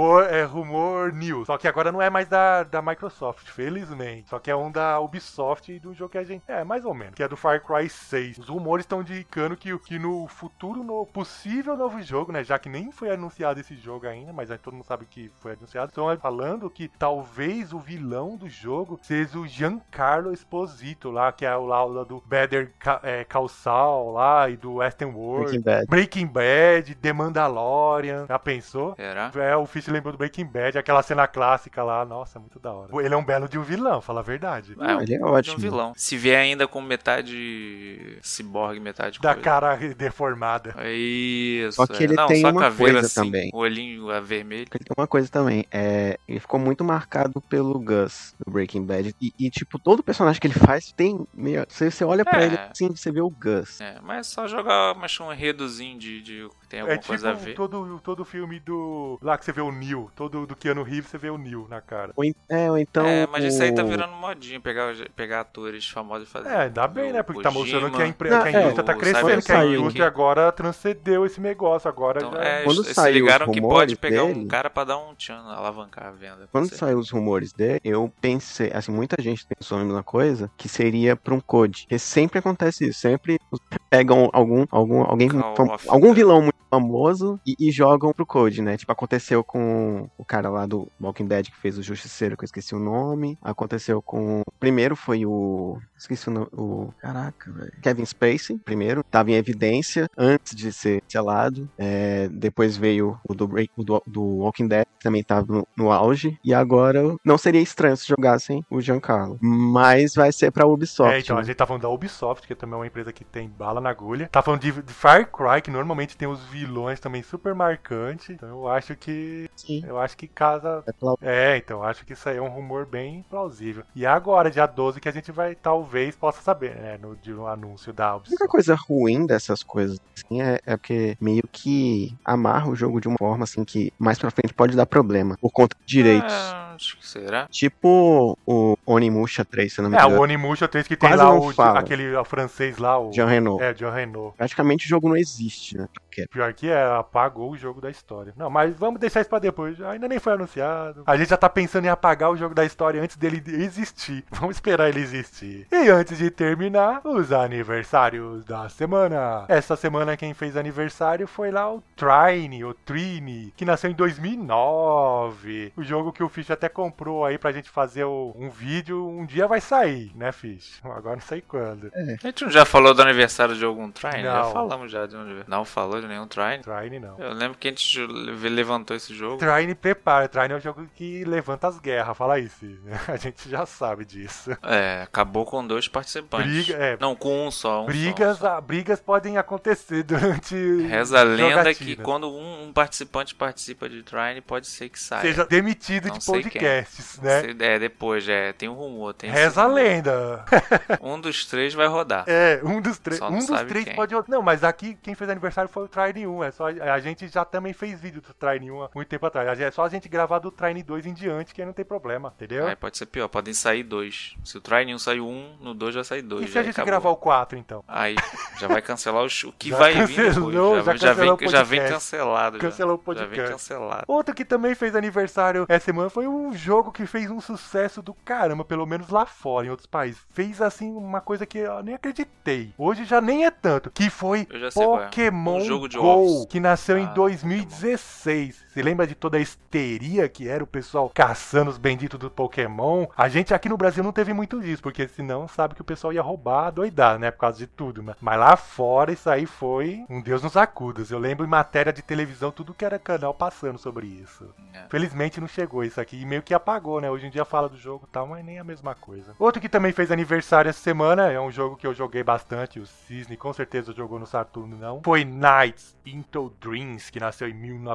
rumor news. Só que agora não é mais da Microsoft, felizmente. Só que é um da Ubisoft e do jogo que a gente... mais ou menos. Que é do Far Cry 6. Os rumores estão indicando que no futuro, no possível novo jogo, né? Já que nem foi anunciado esse jogo ainda, mas todo mundo sabe que foi anunciado. Estão falando que talvez o vilão do jogo seja o Giancarlo Esposito lá, que é o lá do Better Call Saul lá e do Westworld. Breaking Bad, The Mandalorian. Já pensou? Era? O Fish lembrou do Breaking Bad, aquela cena clássica lá. Nossa, muito da hora. Ele é um belo de um vilão, fala a verdade. Ele é ótimo. Um vilão. Se vier ainda com metade ciborgue, metade da coisa. cara deformada. Isso. Só que ele tem só uma caveira coisa assim, também. O olhinho vermelho. Ele tem uma coisa também. Ele ficou muito marcado pelo Gus do Breaking Bad. E tipo, todo personagem que ele faz tem meio... Você olha pra ele assim, você vê o Gus. Mas só jogar um enredozinho de tem alguma coisa a ver. Todo filme do... Lá que você vê o Neo. Todo do Keanu Reeves, você vê o Neo na cara. Ou então... mas isso aí tá virando modinha. Pegar atores famosos e fazer... Ainda bem, né? Porque tá mostrando que a indústria tá crescendo. Que a indústria agora transcendeu esse negócio. Agora então, já... Quando se ligaram que pode pegar dele, um cara pra dar um tchan, alavancar a venda. Quando saiu os rumores dele, eu pensei... Assim, muita gente pensou na mesma coisa, que seria pra um Code. Porque sempre acontece isso. Sempre pegam algum vilão muito famoso e jogam pro Code, né? Tipo, aconteceu com o cara lá do Walking Dead que fez o Justiceiro, que eu esqueci o nome. Aconteceu com... Primeiro foi o... Esqueci o nome. Caraca, velho. Kevin Spacey, primeiro. Tava em evidência antes de ser selado. Depois veio o do Walking Dead, que também tava no auge. E agora não seria estranho se jogassem o Giancarlo. Mas vai ser pra Ubisoft. Então, né? a gente tá falando da Ubisoft, que também é uma empresa que tem bala na agulha. Tá falando de Far Cry, que normalmente tem os vilões também super marcantes. Então eu acho que... Sim. Eu acho que casa... então eu acho que isso aí é um rumor bem plausível. E agora, dia 12, que a gente vai, talvez, possa saber, né? No anúncio da A Ubisoft. única coisa ruim dessas coisas, assim, é porque meio que amarra o jogo de uma forma, assim, que mais pra frente pode dar problema, por conta de direitos. Acho que será. Tipo o Onimusha 3, se eu não me engano. O Onimusha 3 que tem Quase lá não fala. aquele francês lá, o Jean Reno. Jean Reno. Praticamente o jogo não existe, né? Pior que apagou o jogo da história. Não, mas vamos deixar isso pra depois. Ainda nem foi anunciado. A gente já tá pensando em apagar o jogo da história antes dele existir. Vamos esperar ele existir. E antes de terminar, os aniversários da semana. Essa semana quem fez aniversário foi lá o Trine, que nasceu em 2009. O jogo que o Fish até comprou aí pra gente fazer um vídeo. Um dia vai sair, né, Fish? Agora não sei quando. A gente não já falou do aniversário de algum Trine? Não. Já falamos já de um aniversário. Não falou de nenhum Trine? Trine não. Eu lembro que a gente levantou esse jogo. Trine prepara. Trine é um jogo que levanta as guerras. Fala aí, Fish. A gente já sabe disso. Acabou com 2 participantes. Não, com um só. Brigas podem acontecer durante. Reza a lenda jogatinas. que quando um participante participa de Trine, pode ser que saia. Seja demitido Não de sei podcasts, né? Depois, tem um rumor. Reza a lenda. Um dos 3 vai rodar. Um dos três. Só não Um dos sabe 3 quem. pode. Não, mas aqui quem fez aniversário foi o Trine 1. A gente já também fez vídeo do Trine 1 há muito tempo atrás. É só a gente gravar do Trine 2 em diante que aí não tem problema, entendeu? Pode ser pior, podem sair 2. Se o Trine 1 saiu 1, no 2 já sai 2. E se a gente gravar o 4, então? Aí, já vai cancelar o que Já vai cancelou, vir depois. já cancelou o Já vem podcast. cancelado. Cancelou o Já podcast. vem cancelado. Outro que também fez aniversário essa semana foi um jogo que fez um sucesso do caramba, pelo menos lá fora, em outros países. Fez, assim, uma coisa que eu nem acreditei. Hoje já nem é tanto. Que foi Eu já sei qual é. Pokémon Um jogo de Go, Office. que nasceu em 2016. Você lembra de toda a histeria que era o pessoal caçando os benditos do Pokémon? A gente aqui no Brasil não teve muito disso, porque senão sabe que o pessoal ia roubar doidado, né? Por causa de tudo, né? Mas lá fora isso aí foi um Deus nos acudas. Eu lembro em matéria de televisão, tudo que era canal passando sobre isso. Felizmente não chegou isso aqui e meio que apagou, né? Hoje em dia fala do jogo e tal, mas nem a mesma coisa. Outro que também fez aniversário essa semana, é um jogo que eu joguei bastante, o Cisne com certeza jogou no Saturno não, foi Nights into Dreams, que nasceu em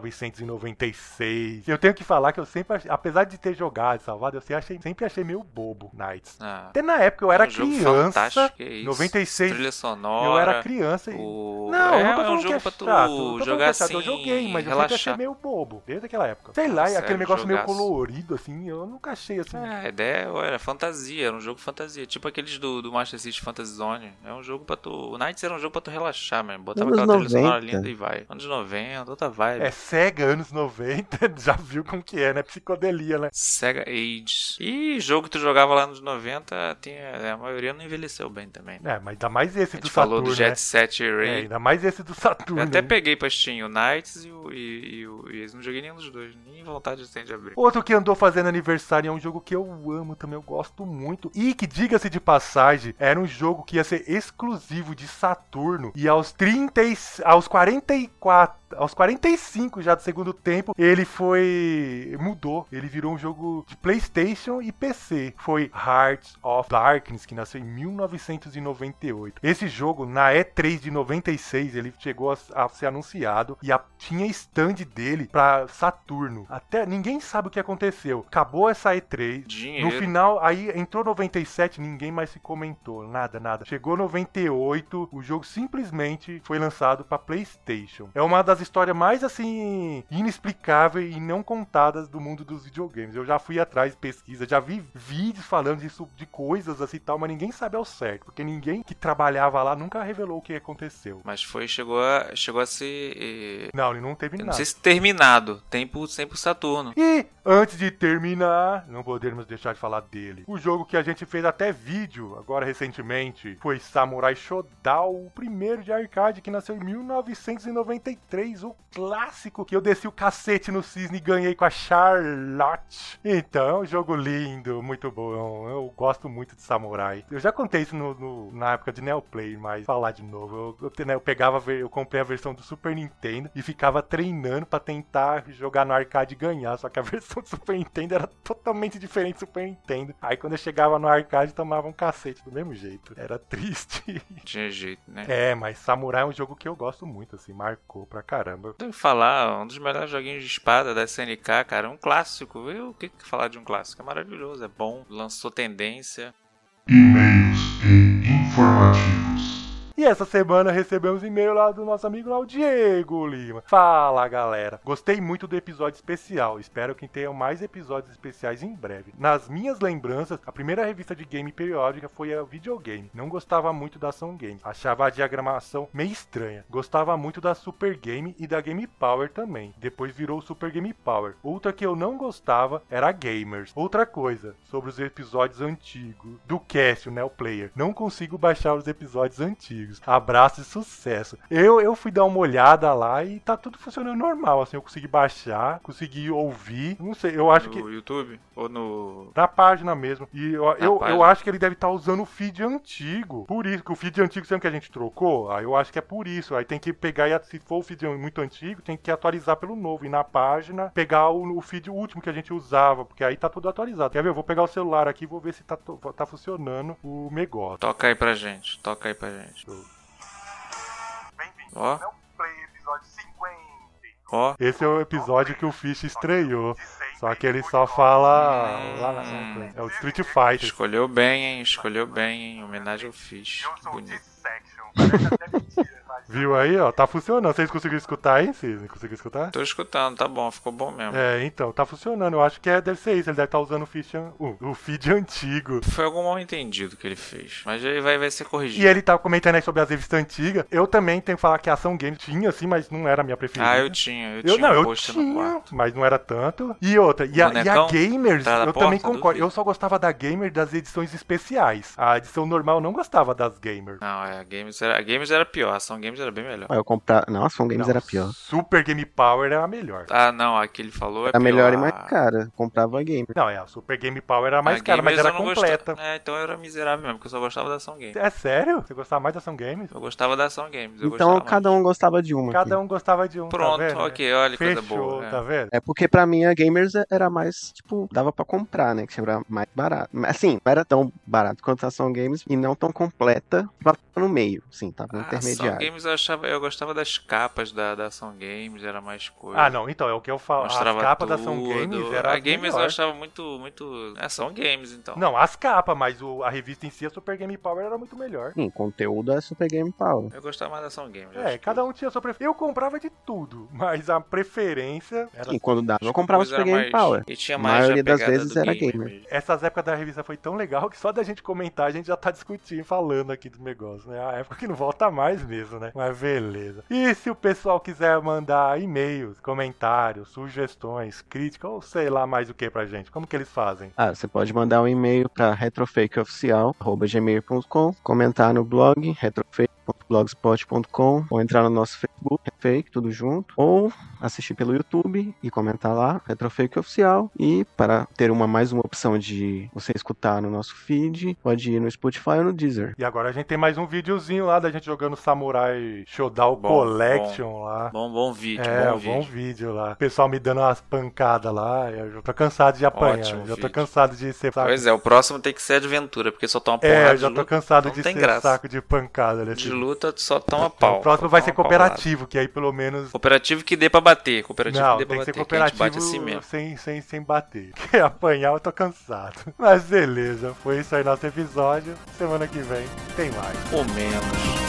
1996. Eu tenho que falar que eu sempre achei, apesar de ter jogado e salvado, eu sempre achei meio bobo Nights. Até na época eu era criança, 96, trilha sonora, eu era criança e... Não, eu não tô falando que é chato, jogar assim, eu joguei, mas eu sempre achei meio bobo, desde aquela época. Sei lá, aquele negócio meio colorido, assim, eu nunca achei assim. A ideia era fantasia, era um jogo fantasia, tipo aqueles do Master System Fantasy Zone. É um jogo pra tu... O Nights era um jogo pra tu relaxar, mesmo. Botava aquela trilha sonora linda e vai. Anos 90, outra vibe. Sega, anos 90, já viu como que é, né? Psicodelia, né? Sega Age. E jogo que tu jogava lá nos 90, a maioria não envelheceu bem também. Mas ainda mais esse do Saturno, falou do Jet Set Ray. Ainda mais esse do Saturno. Eu até peguei pra Steam o Nights e não joguei nenhum dos dois. Nem vontade tem de abrir. Outro que andou fazendo aniversário é um jogo que eu amo também, eu gosto muito. E que, diga-se de passagem, era um jogo que ia ser exclusivo de Saturno. E aos 45 já do segundo tempo, ele mudou. Ele virou um jogo de PlayStation e PC. Foi Hearts of Darkness, que nasceu em 1998. Esse jogo, na E3 de 96, ele chegou a ser anunciado e tinha stand dele pra Saturno. Até ninguém sabe o que aconteceu. Acabou essa E3. Dinheiro. No final, aí entrou 97, ninguém mais se comentou. Nada. Chegou 98, o jogo simplesmente foi lançado pra PlayStation. É uma das histórias mais, assim, inexplicáveis e não contadas do mundo dos videogames. Eu já fui atrás de pesquisa, já vi vídeos falando disso, de coisas assim e tal, mas ninguém sabe ao certo, porque ninguém que trabalhava lá nunca revelou o que aconteceu. Mas chegou a ser... Não, ele não teve nada. Não sei se terminado. Tempo Saturno. E, antes de terminar, não podemos deixar de falar dele. O jogo que a gente fez até vídeo, agora recentemente, foi Samurai Shodown, o primeiro de arcade, que nasceu em 1993, o clássico, que eu desci o cacete no Cisne e ganhei com a Charlotte. Então, jogo lindo, muito bom. Eu gosto muito de Samurai. Eu já contei isso na época de Neoplay, mas falar de novo. Eu comprei a versão do Super Nintendo e ficava treinando pra tentar jogar no arcade e ganhar, só que a versão do Super Nintendo era totalmente diferente do Super Nintendo. Aí quando eu chegava no arcade, tomava um cacete do mesmo jeito. Era triste. Tinha jeito, né? Mas Samurai é um jogo que eu gosto muito, assim, marcou pra caramba. Tenho que falar, um dos melhores joguinhos de espada da SNK, cara, um clássico. Viu? O que falar de um clássico? É maravilhoso, é bom, lançou tendência. E-mails e informativos. E essa semana recebemos e-mail lá do nosso amigo lá, o Diego Lima. Fala, galera. Gostei muito do episódio especial. Espero que tenham mais episódios especiais em breve. Nas minhas lembranças, a primeira revista de game periódica foi a Videogame. Não gostava muito da Ação Game. Achava a diagramação meio estranha. Gostava muito da Super Game e da Game Power também. Depois virou Super Game Power. Outra que eu não gostava era a Gamers. Outra coisa, sobre os episódios antigos do cast, o Neo Player. Não consigo baixar os episódios antigos. Abraço e sucesso. Eu fui dar uma olhada lá e tá tudo funcionando normal. Assim, eu consegui baixar, consegui ouvir. Não sei, eu acho que... No YouTube? Ou no... Na página mesmo. E eu acho que ele deve estar usando o feed antigo. Por isso, que o feed antigo sempre que a gente trocou, aí eu acho que é por isso. Aí tem que pegar, e se for o feed muito antigo, tem que atualizar pelo novo. E na página, pegar o feed último que a gente usava, porque aí tá tudo atualizado. Quer ver? Eu vou pegar o celular aqui e vou ver se tá funcionando o negócio. Toca aí pra gente. Bem-vindo. Ó. Neo Play, episódio 50. Ó. Esse é o episódio que o Fish estreou. Só que ele só fala lá na Play. É o Street Fighter. Escolheu bem, hein? Homenagem ao Fish. Que bonito. Viu aí, ó? Tá funcionando. Vocês conseguiram escutar aí? Vocês conseguiram escutar? Tô escutando, tá bom, ficou bom mesmo. É, então, tá funcionando. Eu acho que deve ser isso. Ele deve estar usando o feed antigo. Foi algum mal entendido que ele fez. Mas aí vai ser corrigido. E ele tava comentando aí sobre as revistas antigas. Eu também tenho que falar que a Ação Game tinha, assim, mas não era a minha preferida. Ah, eu tinha um pôster no quarto. Mas não era tanto. E outra, e a Gamers, eu também concordo. Eu só gostava da Gamer das edições especiais. A edição normal eu não gostava das Gamers. Não, a Gamers era pior. A Ação Games era bem melhor. Não, a Ação Games era pior. Super Game Power era a melhor. Ah, não, a que ele falou era melhor e mais cara. Comprava a Gamer. Não, a Super Game Power era mais cara, mas era completa. Então eu era miserável mesmo, porque eu só gostava da Ação Games. É sério? Você gostava mais da Ação Games? Eu gostava da Ação Games. Então cada um gostava de uma. Cada um gostava de um. Pronto, tá vendo? ok, olha que coisa Fechou, boa. tá vendo? É porque pra mim a Gamers era mais, tipo, dava pra comprar, né? Que era mais barato. Assim, não era tão barato quanto a Ação Games e não tão completa, tava no meio, sim, tava no intermediário. Ação Games eu gostava das capas da Ação Games, era mais coisa. Ah, não, então, é o que eu falo. Mostrava as capas tudo. da Ação Games era a Games melhor. eu achava muito Ação Games, então. Não, as capas, mas a revista em si, a Super Game Power era muito melhor. Sim, conteúdo é Super Game Power. Eu gostava mais da Ação Games. Cada um tinha a sua preferência. Eu comprava de tudo, mas a preferência era... Sim, quando dava, eu comprava Super Game Power. E tinha A mais maioria das pegada vezes do era game Gamer. mesmo. Essas épocas da revista foi tão legal que só da gente comentar a gente já tá discutindo, falando aqui do negócio, né? A época que não volta mais mesmo, né? Mas beleza. E se o pessoal quiser mandar e-mails, comentários, sugestões, críticas ou sei lá mais o que pra gente, como que eles fazem? Você pode mandar um e-mail para retrofakeoficial@gmail.com, comentar no blog retrofake.blogspot.com ou entrar no nosso Facebook, Fake, tudo junto, ou assistir pelo YouTube e comentar lá, Retrofake Oficial. E para ter mais uma opção de você escutar no nosso feed, pode ir no Spotify ou no Deezer. E agora a gente tem mais um videozinho lá da gente jogando Samurai Shodown Collection lá. Bom vídeo, bom vídeo lá. O pessoal me dando umas pancadas lá, eu já tô cansado de apanhar. Ótimo já tô vídeo. cansado de ser saco. Pois é, o próximo tem que ser aventura, porque só toma porrada eu já tô cansado não de tem ser graça. saco de pancada. Nesse De luta só toma Então, pau. o próximo Só vai toma ser cooperativo, que aí pelo menos... Cooperativo que dê pra bater. Não, tem que ser que a gente cooperativo bate assim mesmo. sem bater. Porque apanhar eu tô cansado. Mas beleza, foi isso aí nosso episódio. Semana que vem tem mais. Ou menos.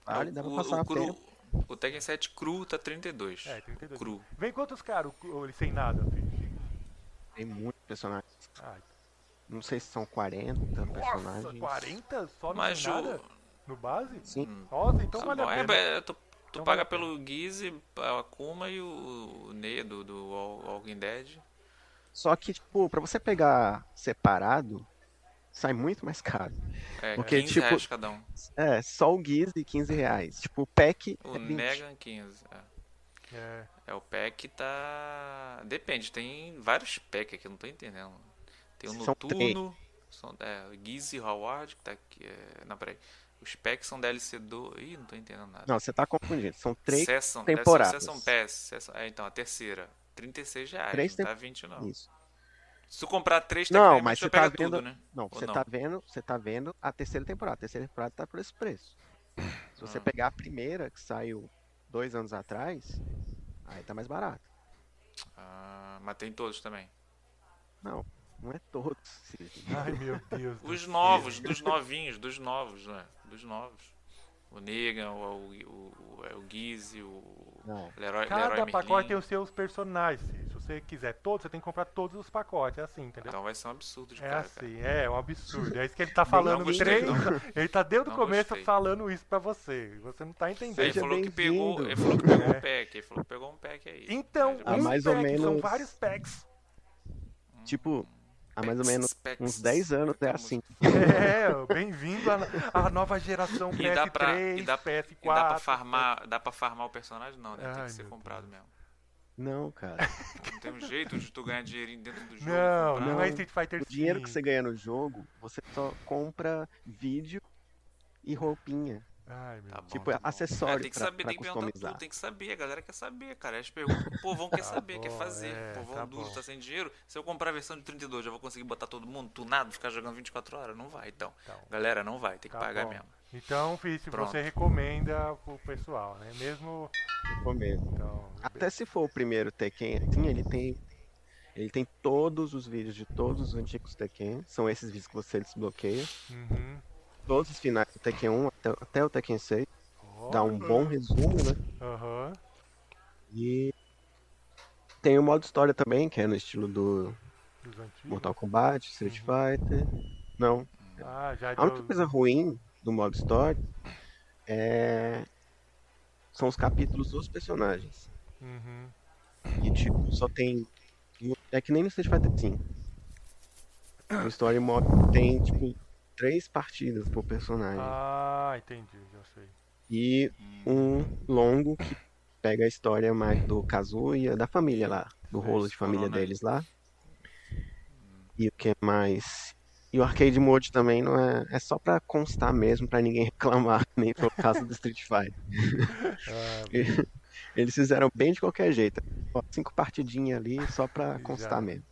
vale, dá pra passar a pena. O Tekken 7 cru tá 32. 32. Cru. Vem quantos caras ele sem nada, filho? Tem muitos personagens. Ai, Não sei se são 40 nossa, personagens. 40 só no Mas sem nada? No base? Sim. Nossa, então Tá vale bom, a pena. Tu Então paga vale a pelo Gizzy, a Akuma e o Nea do Walking Dead. Só que, tipo, pra você pegar separado, sai muito mais caro. É, Porque, 15 tipo, reais cada um. Só o Gizzy, 15 reais. Tipo, o pack O é 20. Negan 15. É. O pack tá. Depende, tem vários packs aqui, eu não tô entendendo. Tem o São Noturno, o Gizzy Howard, que tá aqui. Não, peraí. Os packs são DLC do. Ih, não tô entendendo nada. Não, você tá confundindo. São 3 Session, temporadas. Session Pass. Então, a terceira. R$36, Três não tá 20 não. Isso. Se tu comprar 3, Não, mas você tá pega vendo. tudo, né? Não, Ou você tá vendo a terceira temporada. A terceira temporada tá por esse preço. Se você pegar a primeira, que saiu 2 anos atrás, aí tá mais barato. Mas tem todos também. Não é todos. Sidney. Ai, meu Deus. do Os céu. novos, dos novos, né? Dos novos. O Negan, o Gizzy, o Não. Leroy Cada Merlin. pacote tem os seus personagens. Se você quiser todos, você tem que comprar todos os pacotes. É assim, entendeu? Então vai ser um absurdo de É cara, assim, é um absurdo. É isso que ele tá falando no gostei, 3. não. Ele tá desde o Não começo gostei. falando isso pra você. Você não tá entendendo. Ele Seja falou que pegou, bem-vindo. ele falou que pegou É. um pack. Ele falou que pegou um pack aí. Então, Mas um mais ou pack, são menos- vários packs. Tipo, há mais ou menos Packs. uns 10 anos é Aquela assim. É, bem-vindo à nova geração E dá pra- PS3, e dá- PS4. E dá pra farmar o personagem? Não, né? Tem Ai, que ser meu comprado mesmo. Não, cara. Não tem um jeito de tu ganhar dinheirinho dentro do jogo. Não, comprar. não é Street Fighter O dinheiro 5. que você ganha no jogo, você só compra vídeo e roupinha. Ai, meu Tá bom, Tipo, tá bom. acessório tem que pra- saber, pra tem que perguntar customizar. tudo, tem que saber, a galera quer saber, cara. As perguntas que o povão quer saber, quer bom, fazer. é, O povão tá duro, bom. tá sem dinheiro. Se eu comprar a versão de 32, já vou conseguir botar todo mundo tunado, ficar jogando 24 horas? Não vai, então. Então, Galera, não vai, tem que tá pagar bom. mesmo. Então, Fitch, Pronto. você recomenda pro pessoal, né? Mesmo. Recomendo. Então, Até se for o primeiro Tekken, assim, ele tem todos os vídeos de todos os antigos Tekken. São esses vídeos que você desbloqueia. Uhum. Todos os finais do Tekken 1 até o Tekken 6. Ó, Dá um bom resumo, né? Aham. E tem o modo história também, que é no estilo do Dos antigos. Mortal Kombat, Street Fighter. Não. Ah, já A única deu. coisa ruim do modo história são os capítulos dos personagens. Uhum. E tipo, só tem. É que nem no Street Fighter V. No Story Mode tem, tipo, 3 partidas por personagem. Ah, entendi, já sei. E um longo que pega a história mais do Kazuya, da família lá. Do rolo de família Corona aí. deles lá. E o que mais? E o Arcade Mode também não é. É só pra constar mesmo, pra ninguém reclamar, nem foi o caso do Street Fighter. Ah, Eles fizeram bem de qualquer jeito. 5 partidinhas ali só pra constar Já. mesmo.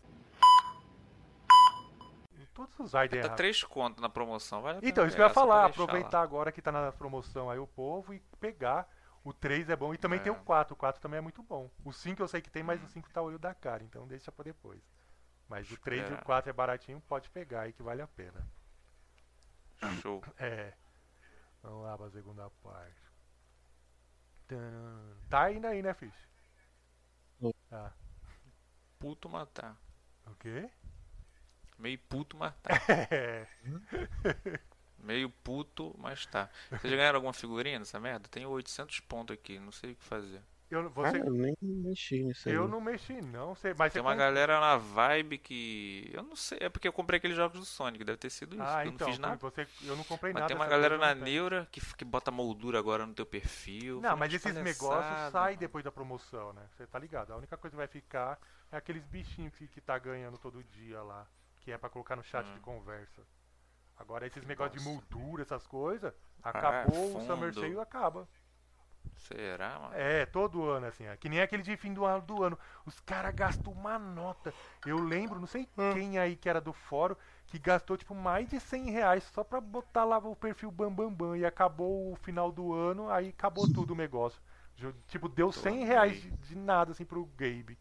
todos os Raiden Tá errados. 3 conto na promoção, vale a pena Então, isso que eu ia pegar, só pra falar, deixar aproveitar lá. agora que tá na promoção aí o povo e pegar. O 3 é bom e também É. tem o 4. O 4 também é muito bom. O 5 eu sei que tem, mas o 5 tá olho da cara, então deixa pra depois. Mas o 3 e o 4 é baratinho, pode pegar aí que vale a pena. Show. É. Vamos lá pra segunda parte. Tã. Tá ainda aí, né, Fish? Sim. Ah, Puto matar. o quê? Meio puto, mas tá. É. Meio puto, mas tá. Vocês já ganharam alguma figurinha nessa merda? Tenho 800 pontos aqui, não sei o que fazer. Você, Eu nem mexi nisso aí. eu não mexi, não. Sei, mas Tem você uma galera na vibe que... Eu não sei, é porque eu comprei aqueles jogos do Sonic, deve ter sido isso, Ah, que eu então. não fiz nada. Eu não comprei Mas nada. tem uma dessa galera coisa, na não tem. Neura que bota moldura agora no teu perfil. Não, Falei, mas que esses palhaçada, negócios saem mano. depois da promoção, né? Você tá ligado? A única coisa que vai ficar é aqueles bichinhos que tá ganhando todo dia lá. Que é pra colocar no chat de conversa. Agora esses negócios de Nossa. moldura, essas coisas, acabou o fundo. Summer Sale acaba. Será, mano? É, todo ano assim, é que nem aquele de fim do ano. Os caras gastam uma nota. Eu lembro, não sei quem aí que era do fórum, que gastou tipo mais de 100 reais só pra botar lá o perfil Bambambam. E acabou o final do ano, aí acabou tudo o negócio. Tipo, deu 100 reais de nada assim pro Gabe.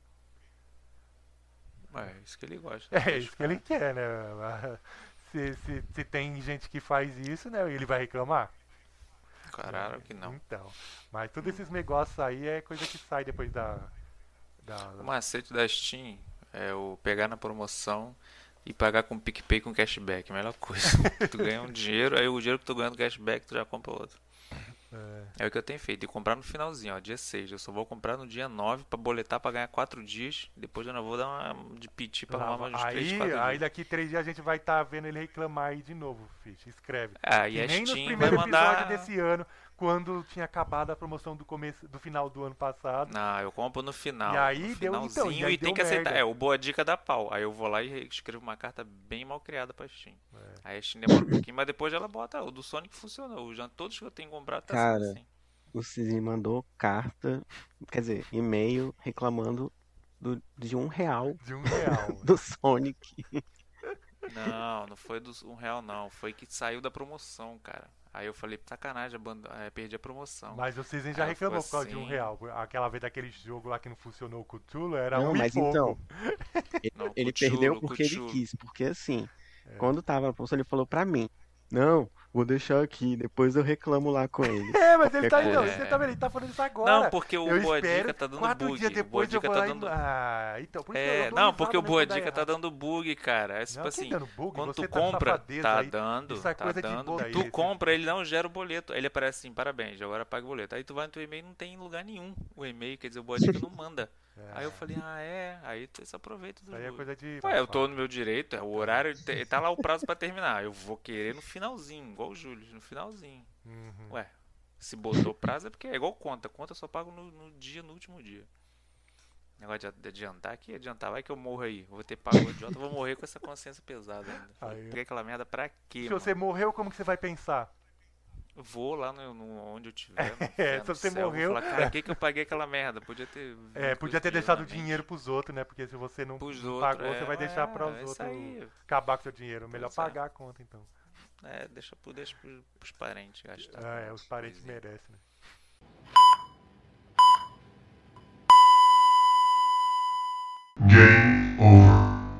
É isso que ele gosta. É isso que ele quer, né? Se tem gente que faz isso, né? Ele vai reclamar. Claro que não. Então, mas todos esses negócios aí é coisa que sai depois O macete da Steam é o pegar na promoção e pagar com PicPay com cashback. Melhor coisa. Tu ganha um dinheiro, aí o dinheiro que tu ganha no cashback tu já compra outro. É o que eu tenho feito. E comprar no finalzinho, ó, dia 6. Eu só vou comprar no dia 9 pra boletar pra ganhar 4 dias. Depois eu não vou dar uma de piti pra arrumar mais 3, 4 dias. Aí daqui 3 dias a gente vai estar vendo ele reclamar aí de novo, Fish. Escreve. E Que a nem nos Steam vai primeiros mandar... episódios desse ano, quando tinha acabado a promoção do final do ano passado. Não, eu compro no final. E aí no deu- finalzinho então, e aí e tem deu que aceitar. merda. O boa dica dá pau. Aí eu vou lá e escrevo uma carta bem mal criada pra Steam. Aí a Steam demora um pouquinho, mas depois ela bota. O do Sonic funcionou. Todos que eu tenho comprado tá Cara, sendo assim. O Cizinho mandou carta, quer dizer, e-mail reclamando de R$ 1 De R$ 1. do Sonic. Não foi dos R$ 1 não. Foi que saiu da promoção, cara. Aí eu falei, sacanagem, perdi a promoção. Mas o Cizinho já Aí ficou reclamou por causa de assim. R$ 1. Aquela vez daquele jogo lá que não funcionou com o Cthulhu, era Não, um e mas pouco. então, Não, ele Cthulhu, perdeu porque ele Cthulhu. quis. Porque assim, quando tava na promoção, ele falou pra mim: Não, vou deixar aqui, depois eu reclamo lá com ele. Mas ele tá, Qualquer então, coisa. você tá vendo? Ele tá falando isso agora. Não, porque o eu Boa espero Dica tá dando 4 bug. dias O Boa depois eu Dica vou tá lá dando... então, por isso que eu dou Não, porque o risada Boa quando dá Dica tá errado. dando bug, cara. É tipo Não, assim, quem dando bug? quando Você tu tá de compra, safadeza tá aí. dando, Isso é tá coisa de dando. bota aí, Tu esse- compra, ele não gera o boleto. Ele aparece assim, parabéns, agora paga o boleto. Aí tu vai no teu e-mail e não tem em lugar nenhum o e-mail, quer dizer, o Boa Dica não manda. Aí eu falei, aí tu se aproveita do Isso aí é jogo. coisa de... Ué, eu tô no meu direito, o horário, tá lá o prazo pra terminar. Eu vou querer no finalzinho, igual o Júlio, no finalzinho. Uhum. Ué, se botou prazo é porque é igual conta. Conta eu só pago no último dia. Negócio de adiantar aqui, adiantar, vai que eu morro aí. Vou ter pago o idiota, vou morrer com essa consciência pesada ainda. Aí. Peguei aquela merda pra quê, Se mano? você morreu, como que você vai pensar? Vou lá onde eu tiver. no Se inferno do você céu, vou morreu- falar, cara, o que que eu paguei aquela merda? Podia ter. Podia ter deixado o dinheiro pros outros, né? Porque se você não Pros não outros, pagou, você vai deixar para os isso outros aí. acabar com seu dinheiro. Melhor Pois é. pagar a conta, então. Deixa pros parentes gastar. Os parentes Coisinha. merecem, né?